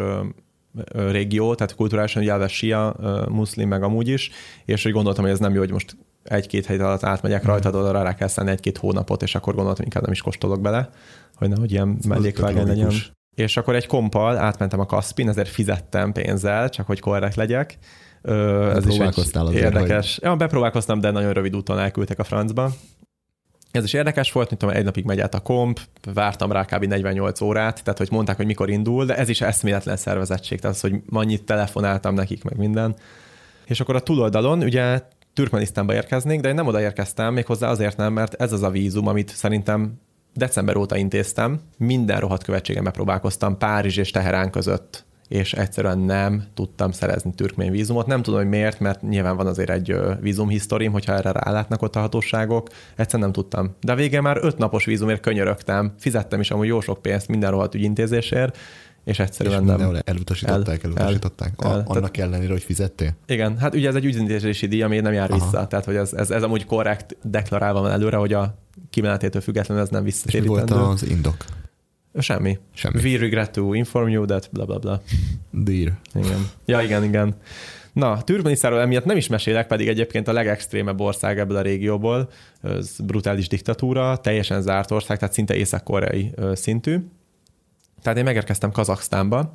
régió, tehát kulturálisan ugye sia, muszlim, meg amúgy is, és hogy gondoltam, hogy ez nem jó, hogy most 1-2 hét alatt átmegyek rajta, oda rá kell szállni 1-2 hónapot, és akkor gondoltam, inkább nem is kóstolok bele, hogy nehogy ilyen mellékvágány legyen. És akkor egy kompal átmentem a Kaszpin, ezért fizettem pénzzel, csak hogy korrekt legyek. Ez is egy érdekes. Ja, bepróbálkoztam, de nagyon rövid úton elküldtek a francba. Ez is érdekes volt, mint tudom, 1 napig megy át a komp, vártam rá kb. 48 órát, tehát hogy mondták, hogy mikor indul, de ez is eszméletlen szervezettség, tehát az, hogy annyit telefonáltam nekik, meg minden. És akkor a túloldalon ugye Türkmenisztánba érkeznék, de én nem oda érkeztem, méghozzá azért nem, mert ez az a vízum, amit szerintem december óta intéztem, minden rohadt követségen megpróbálkoztam Párizs és Teherán között. és egyszerűen nem tudtam szerezni türkmén vízumot. Nem tudom, hogy miért, mert nyilván van azért egy vízumhisztórium, hogyha erre rálátnak ott a hatóságok. Egyszerűen nem tudtam. De a végén már 5 napos vízumért könyörögtem. Fizettem is amúgy jó sok pénzt minden rohadt ügyintézésért, és egyszerűen és nem. Elutasították. Annak ellenére, hogy fizettél? Igen, hát ugye ez egy ügyintézési díj, ami nem jár vissza. Tehát, hogy ez amúgy korrekt deklarálva van előre, hogy a kimenetétől függetlenül ez nem visszatérítendő. És mi volt az indok? Semmi. We regret to inform you that bla bla bla. Dear. Igen. Ja, igen. Na, Türkmenisztánról emiatt nem is mesélek, pedig egyébként a legextrémebb ország ebből a régióból. Ez brutális diktatúra, teljesen zárt ország, tehát szinte észak-koreai szintű. Tehát én megérkeztem Kazaksztánba,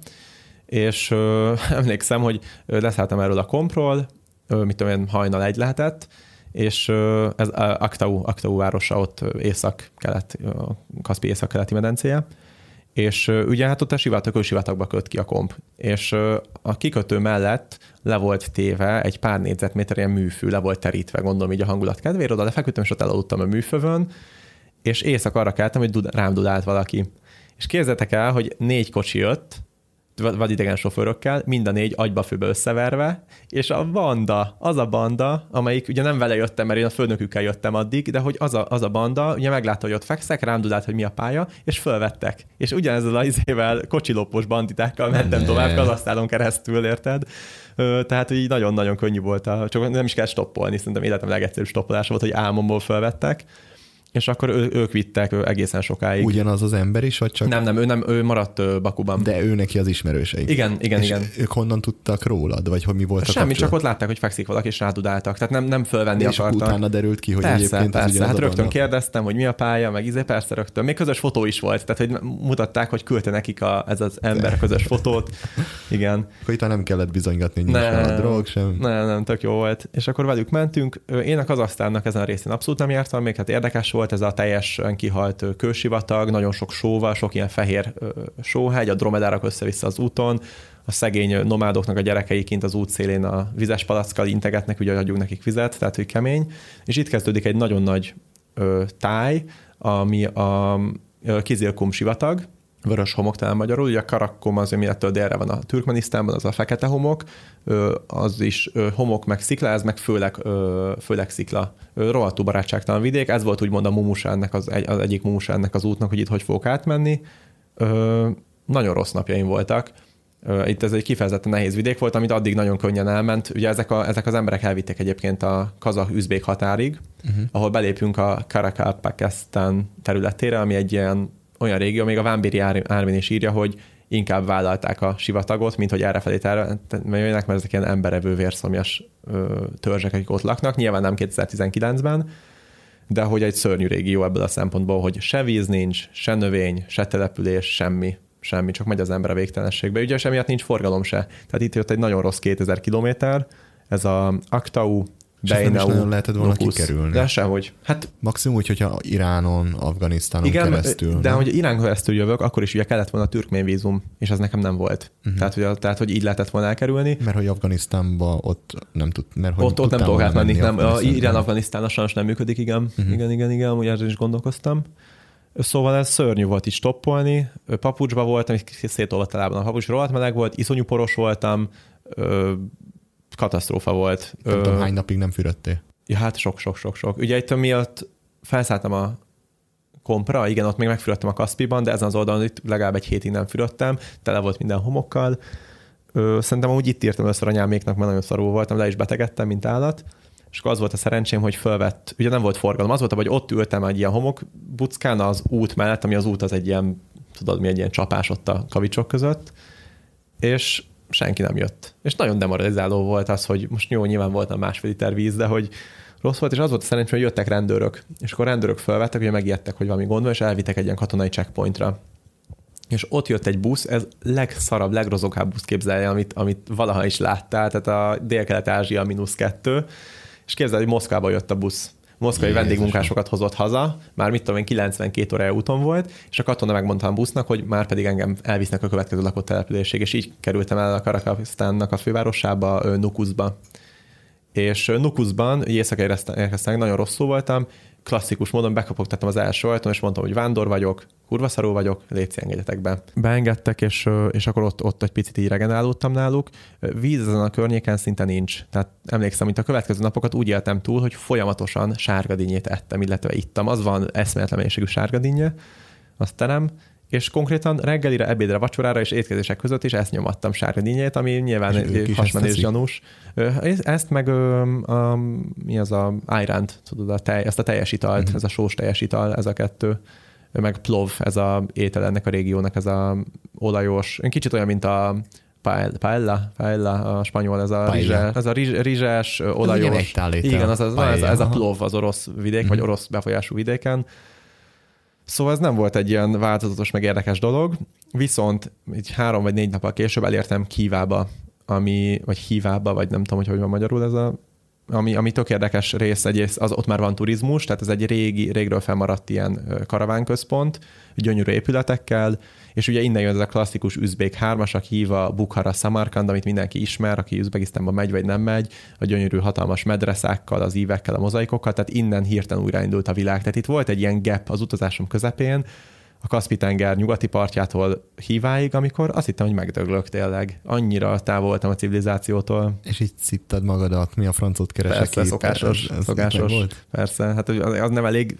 és emlékszem, hogy leszálltam erről a kompról, mit tudom én, hajnal 1 lehetett, és ez Aktau városa ott észak-kelet, Kaszpi észak-keleti medencéje, és ugye hát ott a sivatagba köt ki a komp, és a kikötő mellett le volt téve egy pár négyzetméter ilyen műfű, le volt terítve, gondolom így a hangulat kedvére, oda lefeküdtem, és ott elaludtam a műfövön, és éjszak arra keltem, hogy rám dudált valaki. És képzeljétek el, hogy 4 kocsi jött, vadidegen sofőrökkel, mind a 4 agybafőbe összeverve, és az a banda, amelyik ugye nem vele jöttem, mert én a főnökükkel jöttem addig, de hogy az a banda, ugye meglátta, hogy ott fekszek, rám dudált, hogy mi a pálya, és fölvettek. És ugyanezzel az izével kocsilopós banditákkal mentem tovább Kazahsztánon keresztül, érted? Tehát így nagyon-nagyon könnyű volt, csak nem is kell stoppolni, szerintem életem legegyszerűbb stoppolása volt, hogy álmomból fölvettek. És akkor ők vittek egészen sokáig. Ugyanaz az ember is, vagy csak? Nem, ő maradt Bakuban. De ő neki az ismerősei. Igen. Ők honnan tudtak rólad, vagy hogy mi volt a Semmi, csak ott látták, hogy fekszik valaki, és rádudáltak. Tehát nem fölvenni akartak. És utána derült ki, hogy persze, egyébként persze. az ugyanaz Hát a rögtön banda. kérdeztem, hogy mi a pálya, meg persze rögtön. Még közös fotó is volt, tehát hogy mutatták, hogy küldte nekik ez az ember közös fotót. Igen. Akkor itt nem kellett bizonygatni, hogy nincs a drog sem. Nem, tök jó volt. És akkor velük mentünk. Én a Kazahsztánnak ezen a részén abszolút nem jártam, még hát érdekes volt ez a teljes kihalt kősivatag, nagyon sok sóval, sok ilyen fehér sóhegy, a dromedárok össze-vissza az úton, a szegény nomádoknak a gyerekei kint az útszélén a vizes palackkal integetnek, ugye adjunk nekik vizet, tehát hogy kemény. És itt kezdődik egy nagyon nagy táj, ami a Kizilkum sivatag, vörös homok talán magyarul, ugye a Karakkum az, ami ettől délre van a Türkmenisztánban, az a fekete homok, az is homok meg szikla, ez meg főleg szikla. Rohadtul barátságtalan vidék, ez volt úgymond a mumusa ennek az egyik mumusa ennek az útnak, hogy itt hogy fogok átmenni. Nagyon rossz napjaim voltak. Itt ez egy kifejezetten nehéz vidék volt, amit addig nagyon könnyen elment. Ugye ezek az emberek elvitték egyébként a kazah-üzbék határig, ahol belépünk a Karakalpakstan területére, ami egy olyan régió, még a Vámbéri Árvin is írja, hogy inkább vállalták a sivatagot, mint hogy errefelé jönnek, mert ezek ilyen emberevő vérszomjas törzsek, akik ott laknak. Nyilván nem 2019-ben, de hogy egy szörnyű régió ebből a szempontból, hogy se víz nincs, se növény, se település, semmi, csak megy az ember a végtelenségbe. Ugye semmiatt nincs forgalom se. Tehát itt jött egy nagyon rossz 2000 kilométer, ez a Aktau, nem is nagyon lehetett volna kikerülni. De sehogy. Hát, maximum úgy, hogyha Iránon, Afganisztánon keresztül. De hogy Irán keresztül jövök, akkor is ugye kellett volna türkmén vízum, és ez nekem nem volt. Tehát, hogy így lehetett volna elkerülni. Mert hogy Afganisztánban ott nem tud, mert hogy ott nem tudok átmenni. Irán-Afganisztán sajnos nem működik, igen. Igen, úgy erről is gondolkoztam. Szóval ez szörnyű volt így stoppolni. Papucsba voltam, szétolvadt a lábam a papucs, rohadt meleg volt, iszonyú poros voltam, katasztrófa volt. Nem tudom, hány napig nem fürödtél? Ja, hát sok. Ugye itt miatt felszálltam a kompra, igen, ott még megfürödtem a Kaszpiban, de ezen az oldalon itt legalább egy hétig nem fürödtem, tele volt minden homokkal. Szerintem úgy itt írtam össze a nyáméknak, mert nagyon szarul voltam, le is betegedtem, mint állat. És akkor az volt a szerencsém, hogy fölvett, ugye nem volt forgalom, az volt, hogy ott ültem egy ilyen homokbuckán az út mellett, ami az út az egy ilyen, tudod mi, egy ilyen csapás ott a kavicsok között, és senki nem jött. És nagyon demoralizáló volt az, hogy most jó, nyilván voltam 1,5 liter víz, de hogy rossz volt, és az volt a szerencsém, hogy jöttek rendőrök, és akkor rendőrök fölvettek, ugye megijedtek, hogy valami gond van, és elvittek egy ilyen katonai checkpointra. És ott jött egy busz, ez legszarabb, legrozogább busz képzelje, amit valaha is láttál, tehát a Dél-Kelet-Ázsia -2, és képzeld, hogy Moszkvába jött a busz. Moszkvai vendégmunkásokat hozott haza, már mit tudom én, 92 órája úton volt, és a katona megmondta a busznak, hogy már pedig engem elvisznek a következő lakott településig, és így kerültem el a Karakalpaksztánnak a fővárosába, Nukusba. És Nukusban, éjszaka érkeztem, nagyon rosszul voltam, klasszikus módon bekopogtattam az első ajtón, és mondtam, hogy vándor vagyok, kurva szarú vagyok, légy engedjetek be. Beengedtek, és akkor ott egy picit így regenerálódtam náluk. Víz ezen a környéken szinte nincs. Tehát emlékszem, mint a következő napokat úgy éltem túl, hogy folyamatosan sárgadinnyét ettem, illetve ittam. Az van eszméletlen mennyiségű sárgadinnye, azt terem, és konkrétan reggelire, ebédre, vacsorára és étkezések között is ezt nyomattam sárgadinnyét, ami nyilván hasmenés gyanús. Ezt meg mi az a Ayránt, tudod, ezt a teljes italt, ez a sós teljes ital, ez a kettő. Meg plov, ez a étel ennek a régiónak, ez a olajos, kicsit olyan, mint a paella a spanyol, ez a rizses, olajos. Igen, ez a plov az orosz vidék, vagy orosz befolyású vidéken. Szóval ez nem volt egy ilyen változatos, meg érdekes dolog, viszont így 3 vagy 4 nappal később elértem Kívába, vagy Hívába, vagy nem tudom, hogy van magyarul ez ami tök érdekes rész, az ott már van turizmus, tehát ez egy régről felmaradt ilyen karavánközpont, gyönyörű épületekkel, és ugye innen jön ez a klasszikus üzbék 3-as, Híva, Bukhara, Samarkand, amit mindenki ismer, aki Üzbegisztánba megy vagy nem megy, a gyönyörű hatalmas medreszákkal, az ívekkel, a mozaikokkal, tehát innen hirtelen újraindult a világ. Tehát itt volt egy ilyen gap az utazásom közepén, a Kaszpi-tenger nyugati partjától Híváig, amikor azt hittem, hogy megdöglök tényleg. Annyira távol voltam a civilizációtól. És így szittad magadat, mi a francot keresek? Persze, szokásos. Persze, hát az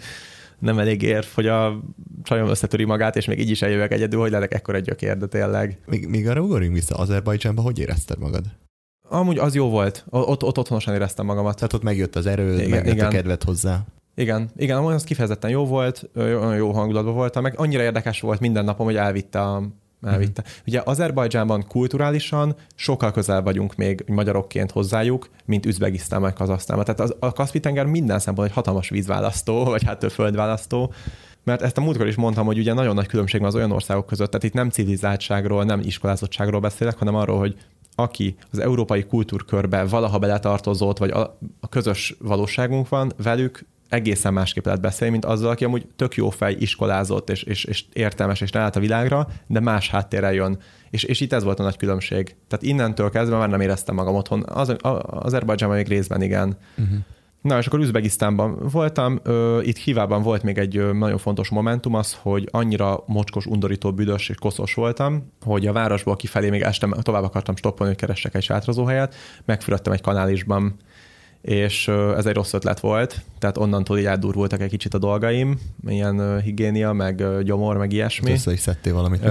nem elég érv, hogy a csajom összetöri magát, és még így is eljövök egyedül, hogy legyek ekkora egy gyökér, de tényleg. Még arra ugorjunk vissza, Azerbajdzsánban hogy érezted magad? Amúgy az jó volt. Ott otthonosan éreztem magamat. Tehát ott megjött az erő, megjött a kedved hozzá. Igen, az kifejezetten jó volt, olyan jó hangulatban voltam, meg annyira érdekes volt minden napom, hogy elvitte. Ugye Azerbajdzsánban kulturálisan sokkal közel vagyunk még magyarokként hozzájuk, mint Üzbegisztán vagy Kazahsztánban. Tehát a Kaszpi-tenger minden szempontból egy hatalmas vízválasztó, vagy hát földválasztó, mert ezt a múltkor is mondtam, hogy ugye nagyon nagy különbség van az olyan országok között, tehát itt nem civilizáltságról, nem iskolázottságról beszélek, hanem arról, hogy aki az európai kultúrkörbe valaha beletartozott, vagy a közös valóságunk van, velük egészen másképp lehet beszélni, mint azzal, aki amúgy tök jó fej, iskolázott, és értelmes, és ráállt a világra, de más háttérrel jön. És itt ez volt a nagy különbség. Tehát innentől kezdve már nem éreztem magam otthon. Azerbajdzsánban még részben igen. Na, és akkor Üzbegisztánban voltam, itt Hívában volt még egy nagyon fontos momentum az, hogy annyira mocskos, undorító, büdös és koszos voltam, hogy a városból kifelé még este tovább akartam stoppolni, hogy keressek egy sátrozóhelyet, megfürödtem egy kanálisban, és ez egy rossz ötlet volt, tehát onnantól így átdurvultak egy kicsit a dolgaim, ilyen higiénia, meg gyomor, meg ilyesmi. Össze is szedtél valamit.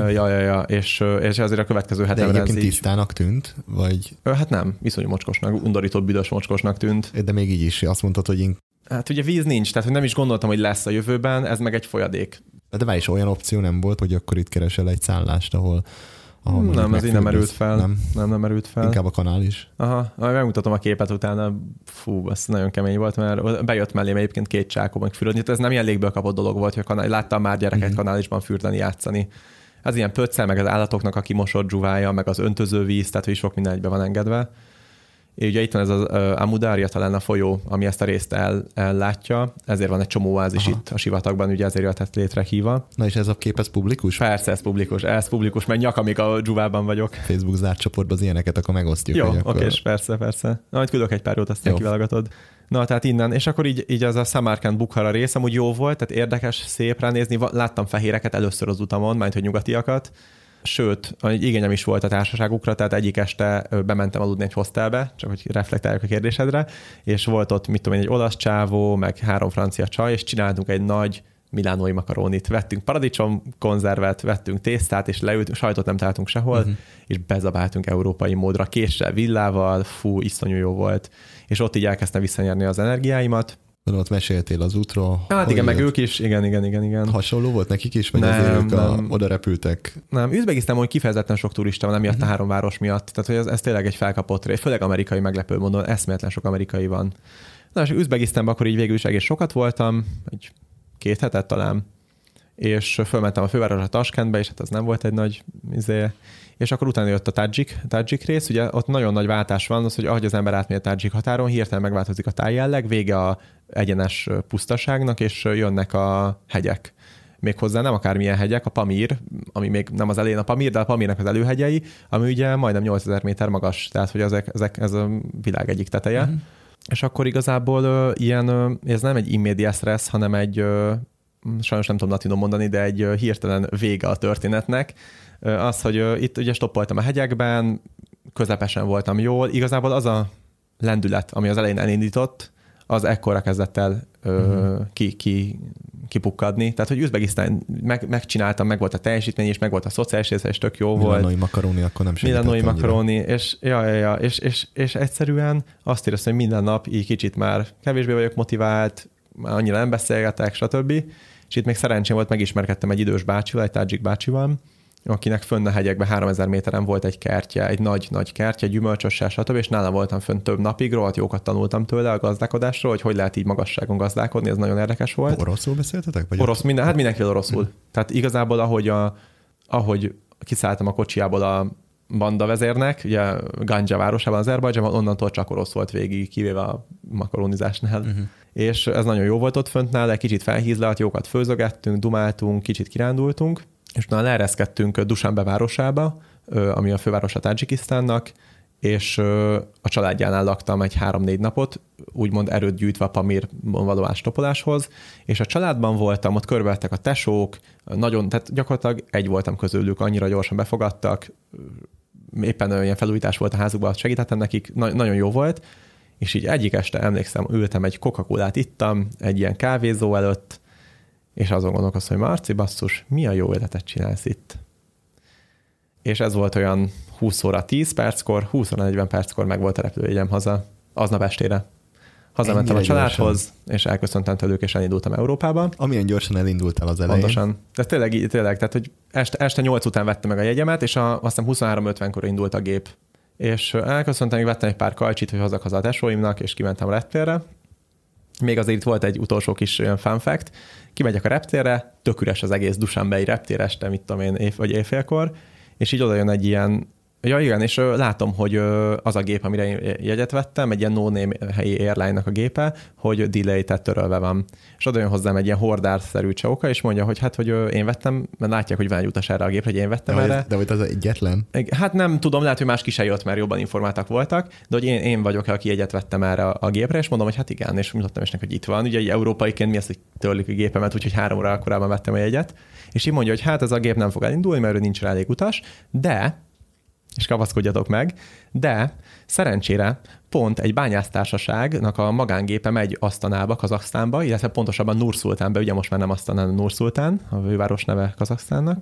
És azért a következő hetemre... De egyébként tisztának tűnt? Vagy... Hát nem, viszonyú mocskosnak, undorító, büdös mocskosnak tűnt. De még így is azt mondtad, hogy... Hát ugye víz nincs, tehát nem is gondoltam, hogy lesz a jövőben, ez meg egy folyadék. De már is olyan opció nem volt, hogy akkor itt keresel egy szállást, ahol nem, ez így nem merült fel. Nem merült fel. Inkább a kanál is. Aha, megmutatom a képet utána. Fú, az nagyon kemény volt, mert bejött mellém egyébként 2 csákó meg fürödni. Ez nem ilyen légből kapott dolog volt, hogy láttam már gyereket kanálisban fürdeni, játszani. Az ilyen pöccel, meg az állatoknak a kimosott dzsúvája, meg az öntözővíz, tehát hogy sok minden egybe van engedve. Ugye itt van ez az Amudarja talán a folyó, ami ezt a részt ellátja, ezért van egy csomó oázis itt a sivatagban, ugye ezért jöhetett létre Híva. Na és ez a kép, ez publikus? Persze, ez publikus, mert nyakamig a dzsúvában vagyok. Facebook zárt csoportban az ilyeneket akkor megosztjuk. Jó, oké, persze. Na, majd küldök egy pár jót, aztán kiválogatod. Na, tehát innen, és akkor így az a Samarkand Bukhara rész amúgy jó volt, tehát érdekes, szép ránézni. Láttam fehéreket először az utamon, majd hogy nyugatiakat. Sőt, egy igényem is volt a társaságukra, tehát egyik este bementem aludni egy hostelbe, csak hogy reflektáljak a kérdésedre, és volt ott, mit tudom én, egy olasz csávó, meg 3 francia csaj, és csináltunk egy nagy milánói makarónit. Vettünk paradicsomkonzervet, vettünk tésztát, és leültünk, sajtot nem találtunk sehol, és bezabáltunk európai módra, késsel, villával, fú, iszonyú jó volt. És ott így elkezdtem visszanyerni az energiáimat. Ott meséltél az útról. Hát igen, meg ők is, igen. Hasonló volt nekik is, vagy azért ők oda repültek? Nem, Üzbegisztánban kifejezetten sok turista van, emiatt a 3 város miatt. Tehát, hogy ez tényleg egy felkapott rész, főleg amerikai meglepő módon, eszméletlen sok amerikai van. Na, és Üzbegisztánban akkor így végül is egész sokat voltam, egy 2 hetet talán, és fölmentem a fővárosra Taskentbe, és hát az nem volt egy nagy és akkor utána jött a Tadzsik rész, ugye ott nagyon nagy váltás van, az, hogy ahogy az ember átmegy a Tadzsik határon, hirtelen megváltozik a tájjelleg, vége a egyenes pusztaságnak, és jönnek a hegyek. Méghozzá nem akármilyen hegyek, a Pamír, ami még nem az elején a Pamír, de a Pamírnak az előhegyei, ami ugye majdnem 8000 méter magas, tehát hogy ez a világ egyik teteje. És akkor igazából ez nem egy immediate stressz, hanem egy, sajnos nem tudom latinon mondani, de egy hirtelen vége a történetnek. Az, hogy itt ugye stoppoltam a hegyekben, közepesen voltam jól. Igazából az a lendület, ami az elején elindított, az ekkorra kezdett el kipukkadni. Tehát, hogy Üzbegisztán megcsináltam, meg volt a teljesítmény, és meg volt a szociális része, és tök jó volt. Milánói makaróni akkor nem segített. Milánói makaróni, és egyszerűen azt éreztem, hogy minden nap így kicsit már kevésbé vagyok motivált, már annyira nem beszélgetek, stb. És itt még szerencsém volt, megismerkedtem egy idős bácsival, egy tádzsik bácsival, akinek fönn a hegyekben 3000 méteren volt egy kertje, egy nagy kertje, gyümölcsössel, stb. És nála voltam fönn több napig, rohadt jókat tanultam tőle a gazdálkodásról, hogy lehet így magasságon gazdálkodni, ez nagyon érdekes volt. Oroszul beszéltetek? Vagy Orosz, mindenkivel oroszul. Tehát igazából, ahogy kiszálltam a kocsiából a banda vezérnek, ugye Ganja városában, Azerbajdzsánban, onnantól csak orosz volt végig, kivéve a makaronizásnál. És ez nagyon jó volt ott fönt nála, egy kicsit felhízlalt, jókat főzögettünk, dumáltunk, kicsit kirándultunk, és utána leereszkedtünk Dusanbe városába, ami a fővárosa Tadzsikisztánnak, és a családjánál laktam egy 3-4 napot, úgymond erőt gyűjtve a Pamirban való ástopoláshoz, és a családban voltam, ott körbevettek a tesók, tehát gyakorlatilag egy voltam közülük, annyira gyorsan befogadtak, éppen ilyen felújítás volt a házukban, segítettem nekik, nagyon jó volt, és így egyik este emlékszem, ültem egy Coca-Colát ittam, egy ilyen kávézó előtt, és azon gondolkoztam, hogy Marci, basszus, mi a jó életet csinálsz itt? És ez volt olyan 20 óra 10 perckor, 20 óra 40 perckor meg volt a repülőjegyem haza, aznap estére. Hazamentem a családhoz, gyorsan. És elköszöntem tőlük, és elindultam Európába. Amilyen gyorsan elindultál az elején. Pontosan. De tényleg, tehát hogy este 8 után vettem meg a jegyemet, és azt hiszem 23:50-kor indult a gép. És elköszöntem, még vettem egy pár kajcsit, hogy hozzak haza a tesóimnak, és kimentem a reptérre. Még azért itt volt egy utolsó kis olyan fun fact. Kimegyek a reptérre, tök üres az egész Dushanbei reptér este, mit tudom én, vagy éjfélkor, és így oda jön egy ilyen, ja igen, és látom, hogy az a gép, amire én jegyet vettem, egy ilyen no-name helyi airline-nak a gépe, hogy delay, tehát törölve van. És oda jön hozzám egy ilyen hordárszerű csóka, és mondja, hogy hát, hogy én vettem, mert látják, hogy van egy utas erre a gépre, hogy én vettem erre. De hogy az egyetlen? Hát nem tudom, lehet, hogy más ki se jött, mert jobban informáltak voltak, de hogy én vagyok, aki jegyet vettem erre a gépre, és mondom, hogy hát igen, és mutattam is neki, hogy itt van. Ugye egy európaiként mi az, hogy törlik a gépemet, úgyhogy 3 óra korábban vettem a jegyet. És így mondja, hogy hát ez a gép nem fog elindulni, mert ő nincs rá elég utas, de és kapaszkodjatok meg, de szerencsére pont egy bányásztársaságnak a magángépe megy Asztanába, Kazaksztánba, illetve pontosabban Nur-Szultánba, ugye most már nem Asztana, hanem Nur-Szultán, a főváros neve Kazaksztánnak.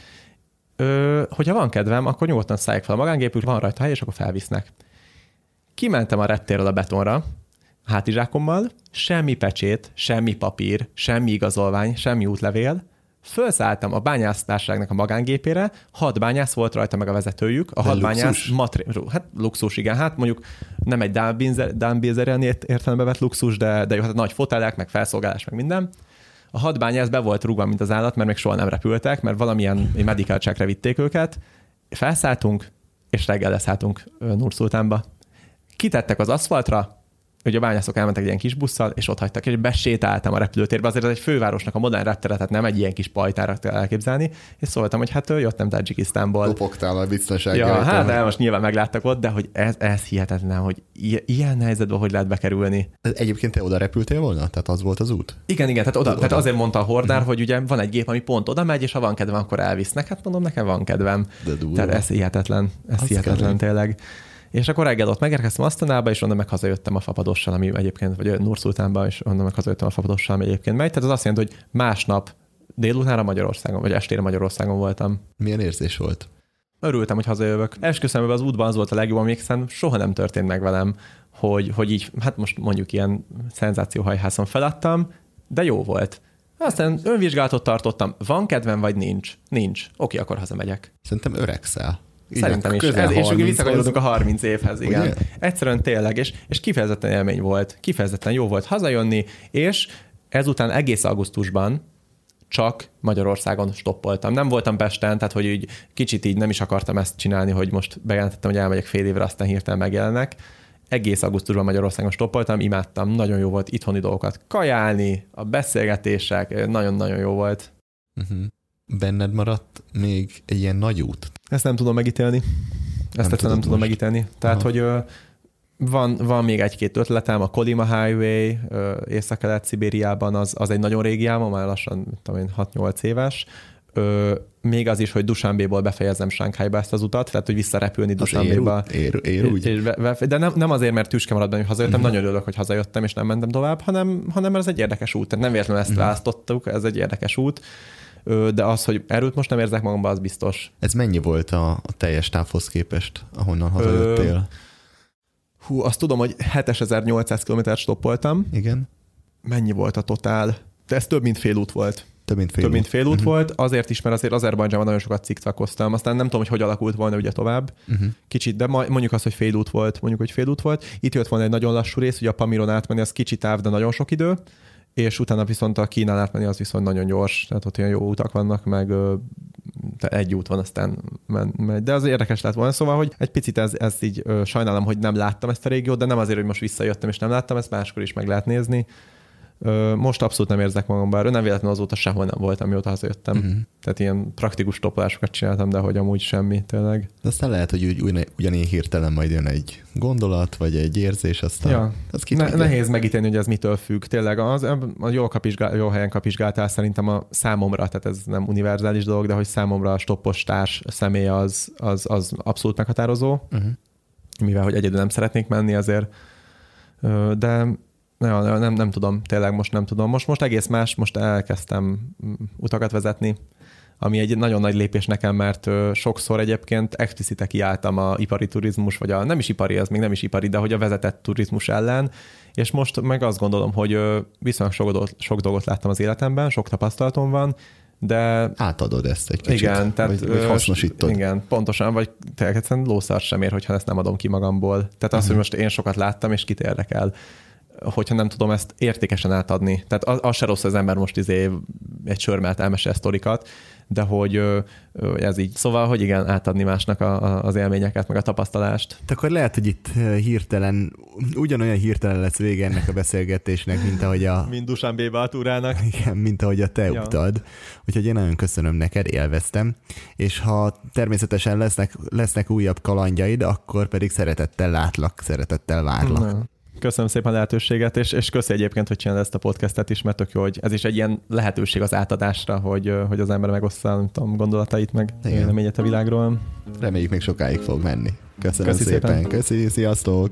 Hogyha van kedvem, akkor nyugodtan szállják fel a magángépük, van rajta hely, és akkor felvisznek. Kimentem a reptérről a betonra, hátizsákommal, semmi pecsét, semmi papír, semmi igazolvány, semmi útlevél. Fölszálltam a bányásztársaságnak a magángépére, 6 bányász volt rajta, meg a vezetőjük. A 6 bányász hát luxus, igen, hát mondjuk nem egy Dán-Bilzerian értelembe vett luxus, de jó, hát nagy fotelek, meg felszolgálás, meg minden. A 6 bányász be volt rúgva, mint az állat, mert még soha nem repültek, mert valamilyen medical checkre vitték őket. Felszálltunk, és reggel leszálltunk Nur-Szultánba. Kitettek az aszfaltra, hogy a bányászok elmentek egy ilyen kis busszal, és ott hagytak, és besétáltam a repülőtérbe. Azért ez egy fővárosnak a modern reptere, tehát nem egy ilyen kis pajtára kell elképzelni, és szóltam, hogy hát jöttem Tadzsikisztánból. Kopogtál a biztonsági. Ja, hát de most nyilván megláttak ott, de hogy ez hihetetlen, hogy ilyen helyzetben hogy lehet bekerülni. Egyébként te oda repültél volna? Tehát az volt az út? Igen, tehát azért mondta a hordár, hogy ugye van egy gép, ami pont oda megy, és ha van kedvem, akkor elvisznek. Hát mondom, nekem van kedvem. Tehát ez hihetetlen, tényleg. És akkor reggel ott megérkeztem Asztanába, és onnan meg hazajöttem a Fapadossal, ami egyébként, vagy Nur-Szultánba, és onnan meg hazajöttem a Fapadossal, ami egyébként megy. Tehát az azt jelenti, hogy másnap délutánra Magyarországon, vagy estére Magyarországon voltam. Milyen érzés volt? Örültem, hogy hazajövök. Esküszöm, hogy az útban az volt a legjobb, amíg soha nem történt meg velem, hogy így, hát most mondjuk ilyen szenzációhajhászon feladtam, de jó volt. Aztán önvizsgálatot tartottam, van kedvem, vagy nincs? Nincs. Oké, akkor hazamegyek. Szerintem öregszel. Szerintem is. És ugye visszakanyarodunk a 30 évhez, igen. Ugye? Egyszerűen tényleg, és kifejezetten élmény volt. Kifejezetten jó volt hazajönni, és ezután egész augusztusban csak Magyarországon stoppoltam. Nem voltam Pesten, tehát hogy így kicsit így nem is akartam ezt csinálni, hogy most bejelentettem, hogy elmegyek fél évre, aztán hirtelen megjelennek. Egész augusztusban Magyarországon stoppoltam, imádtam, nagyon jó volt itthoni dolgokat kajálni, a beszélgetések, nagyon-nagyon jó volt. Benned maradt még egy ilyen nagy út? Ezt nem tudom megítélni. Ezt nem tudom megítélni. Tehát, hogy Van még egy-két ötletem, a Kolyma Highway Észak-Kelet-Szibériában, az egy nagyon régi álmom, már lassan 6-8 éves. Még az is, hogy Dushanbéból befejezem Sánkhájba ezt az utat, tehát hogy visszarepülni Dushanbéba. Ér úgy. De nem azért, mert tüske marad benne, hogy hazajöttem, nagyon örülök, hogy hazajöttem, és nem mentem tovább, hanem mert ez egy érdekes út. Tehát nem véletlenül ezt választottuk, ez egy érdekes út. De az, hogy erőt most nem érzek magamban, az biztos. Ez mennyi volt a teljes távhoz képest, ahonnan hazajöttél? Azt tudom, hogy 7800 kilométert stoppoltam. Igen. Mennyi volt a totál? De ez több mint fél út volt. Több mint fél út volt, azért is, mert azért Azerbajdzsánban nagyon sokat cikcakoztam. Aztán nem tudom, hogy alakult volna ugye tovább. Kicsit, de mondjuk azt, hogy fél út volt. Itt jött volna egy nagyon lassú rész, ugye a Pamiron átmenni, az kicsi táv, de nagyon sok idő, és utána viszont a Kínán átmenni az viszont nagyon gyors, tehát ott ilyen jó utak vannak, meg egy út van, aztán megy. De az érdekes lett volna, szóval, hogy egy picit ez így sajnálom, hogy nem láttam ezt a régiót, de nem azért, hogy most visszajöttem és nem láttam, ezt máskor is meg lehet nézni. Most abszolút nem érzek magamban, nem véletlenül azóta sehol nem voltam, mióta hazajöttem. Tehát ilyen praktikus stoppolásokat csináltam, de hogy amúgy semmi, tényleg. De aztán lehet, hogy ugyanígy hirtelen majd jön egy gondolat, vagy egy érzés, aztán nehéz megítélni, hogy ez mitől függ. Tényleg jó helyen kapizsgáltál szerintem a számomra, tehát ez nem univerzális dolog, de hogy számomra a stoppos társ személy az abszolút meghatározó, mivel hogy egyedül nem szeretnék menni azért, de nem tudom, tényleg most nem tudom. Most egész más, most elkezdtem utakat vezetni, ami egy nagyon nagy lépés nekem, mert sokszor egyébként explicite kiálltam a ipari turizmus, vagy nem is ipari, az még nem is ipari, de hogy a vezetett turizmus ellen, és most meg azt gondolom, hogy viszonylag sok dolgot láttam az életemben, sok tapasztalatom van, de... Átadod ezt egy kicsit, igen, tehát, vagy hasznosítod. Igen, pontosan, vagy tényleg egyszerűen lószar sem ér, hogyha ezt nem adom ki magamból. Tehát az, hogy most én sokat láttam, és kit érdekel, hogyha nem tudom ezt értékesen átadni. Tehát az se rossz, az ember most egy sör mellett elmesél sztorikat, de hogy ez így. Szóval, hogy igen, átadni másnak az élményeket, meg a tapasztalást. Akkor lehet, hogy itt ugyanolyan hirtelen lesz vége ennek a beszélgetésnek, mint ahogy mint Dushanbébe a túrának. Igen, mint ahogy a te utad. Úgyhogy én nagyon köszönöm neked, élveztem. És ha természetesen lesznek újabb kalandjaid, akkor pedig szeretettel látlak, szeretettel várlak. Köszönöm szépen a lehetőséget, és köszi egyébként, hogy csinálod ezt a podcastet is, mert tök jó, hogy ez is egy ilyen lehetőség az átadásra, hogy az ember megossza gondolatait, meg véleményét a világról. Reméljük még sokáig fog menni. Köszönöm szépen. Köszi, sziasztok!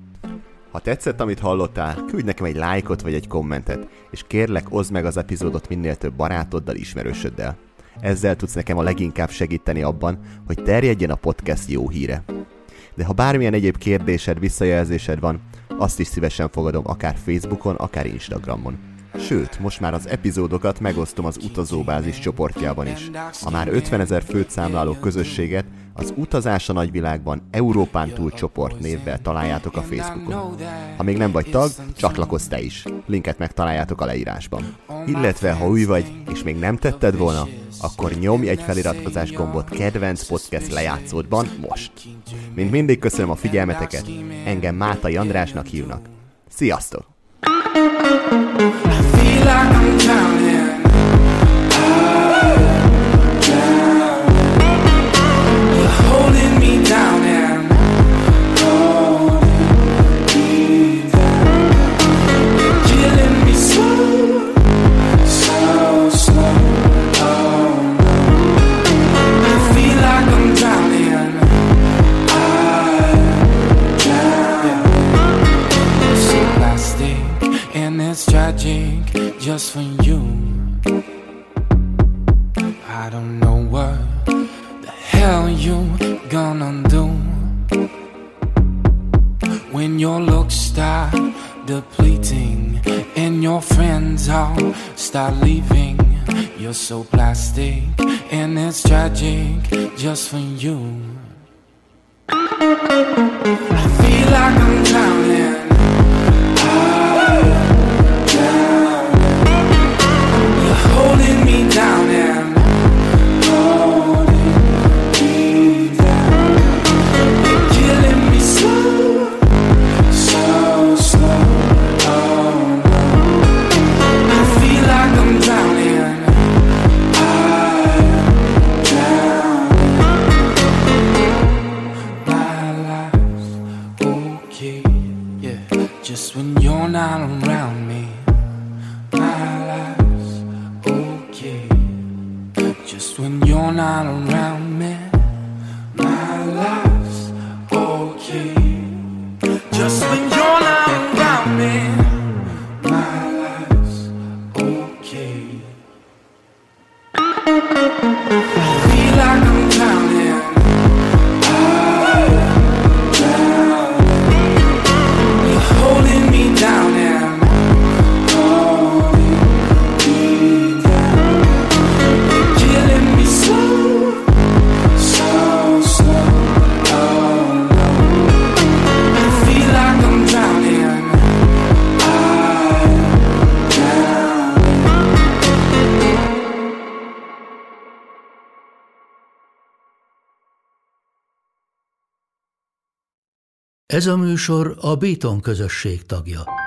Ha tetszett, amit hallottál, küldj nekem egy lájkot vagy egy kommentet, és kérlek, oszd meg az epizódot minél több barátoddal, ismerősöddel. Ezzel tudsz nekem a leginkább segíteni abban, hogy terjedjen a podcast jó híre. De ha bármilyen egyéb kérdésed, visszajelzésed van, azt is szívesen fogadom akár Facebookon, akár Instagramon. Sőt, most már az epizódokat megosztom az utazóbázis csoportjában is. A már 50 000 főt számláló közösséget az Utazás a Nagyvilágban Európán túl csoport névvel találjátok a Facebookon. Ha még nem vagy tag, csatlakozz te is. Linket megtaláljátok a leírásban. Illetve, ha új vagy, és még nem tetted volna, akkor nyomj egy feliratkozás gombot kedvenc podcast lejátszódban most. Mint mindig köszönöm a figyelmeteket, engem Mátai Andrásnak hívnak. Sziasztok! Just for you, I don't know what the hell you gonna do when your looks start depleting and your friends all start leaving. You're so plastic and it's tragic just for you. I feel like I'm drowning. Holding me down and holding me down. You're killing me slow, so slow. Oh no. I feel like I'm drowning. I'm drowning. My life's okay. you're not around me, my life's okay. Just when you're not around me, my life's okay. I feel like I'm drowning, I'm drowning. You're holding me down and holding me down. You're killing me slow, so slow. Oh no, I feel like I'm drowning, I'm drowning. Ez a műsor a Béton közösség tagja.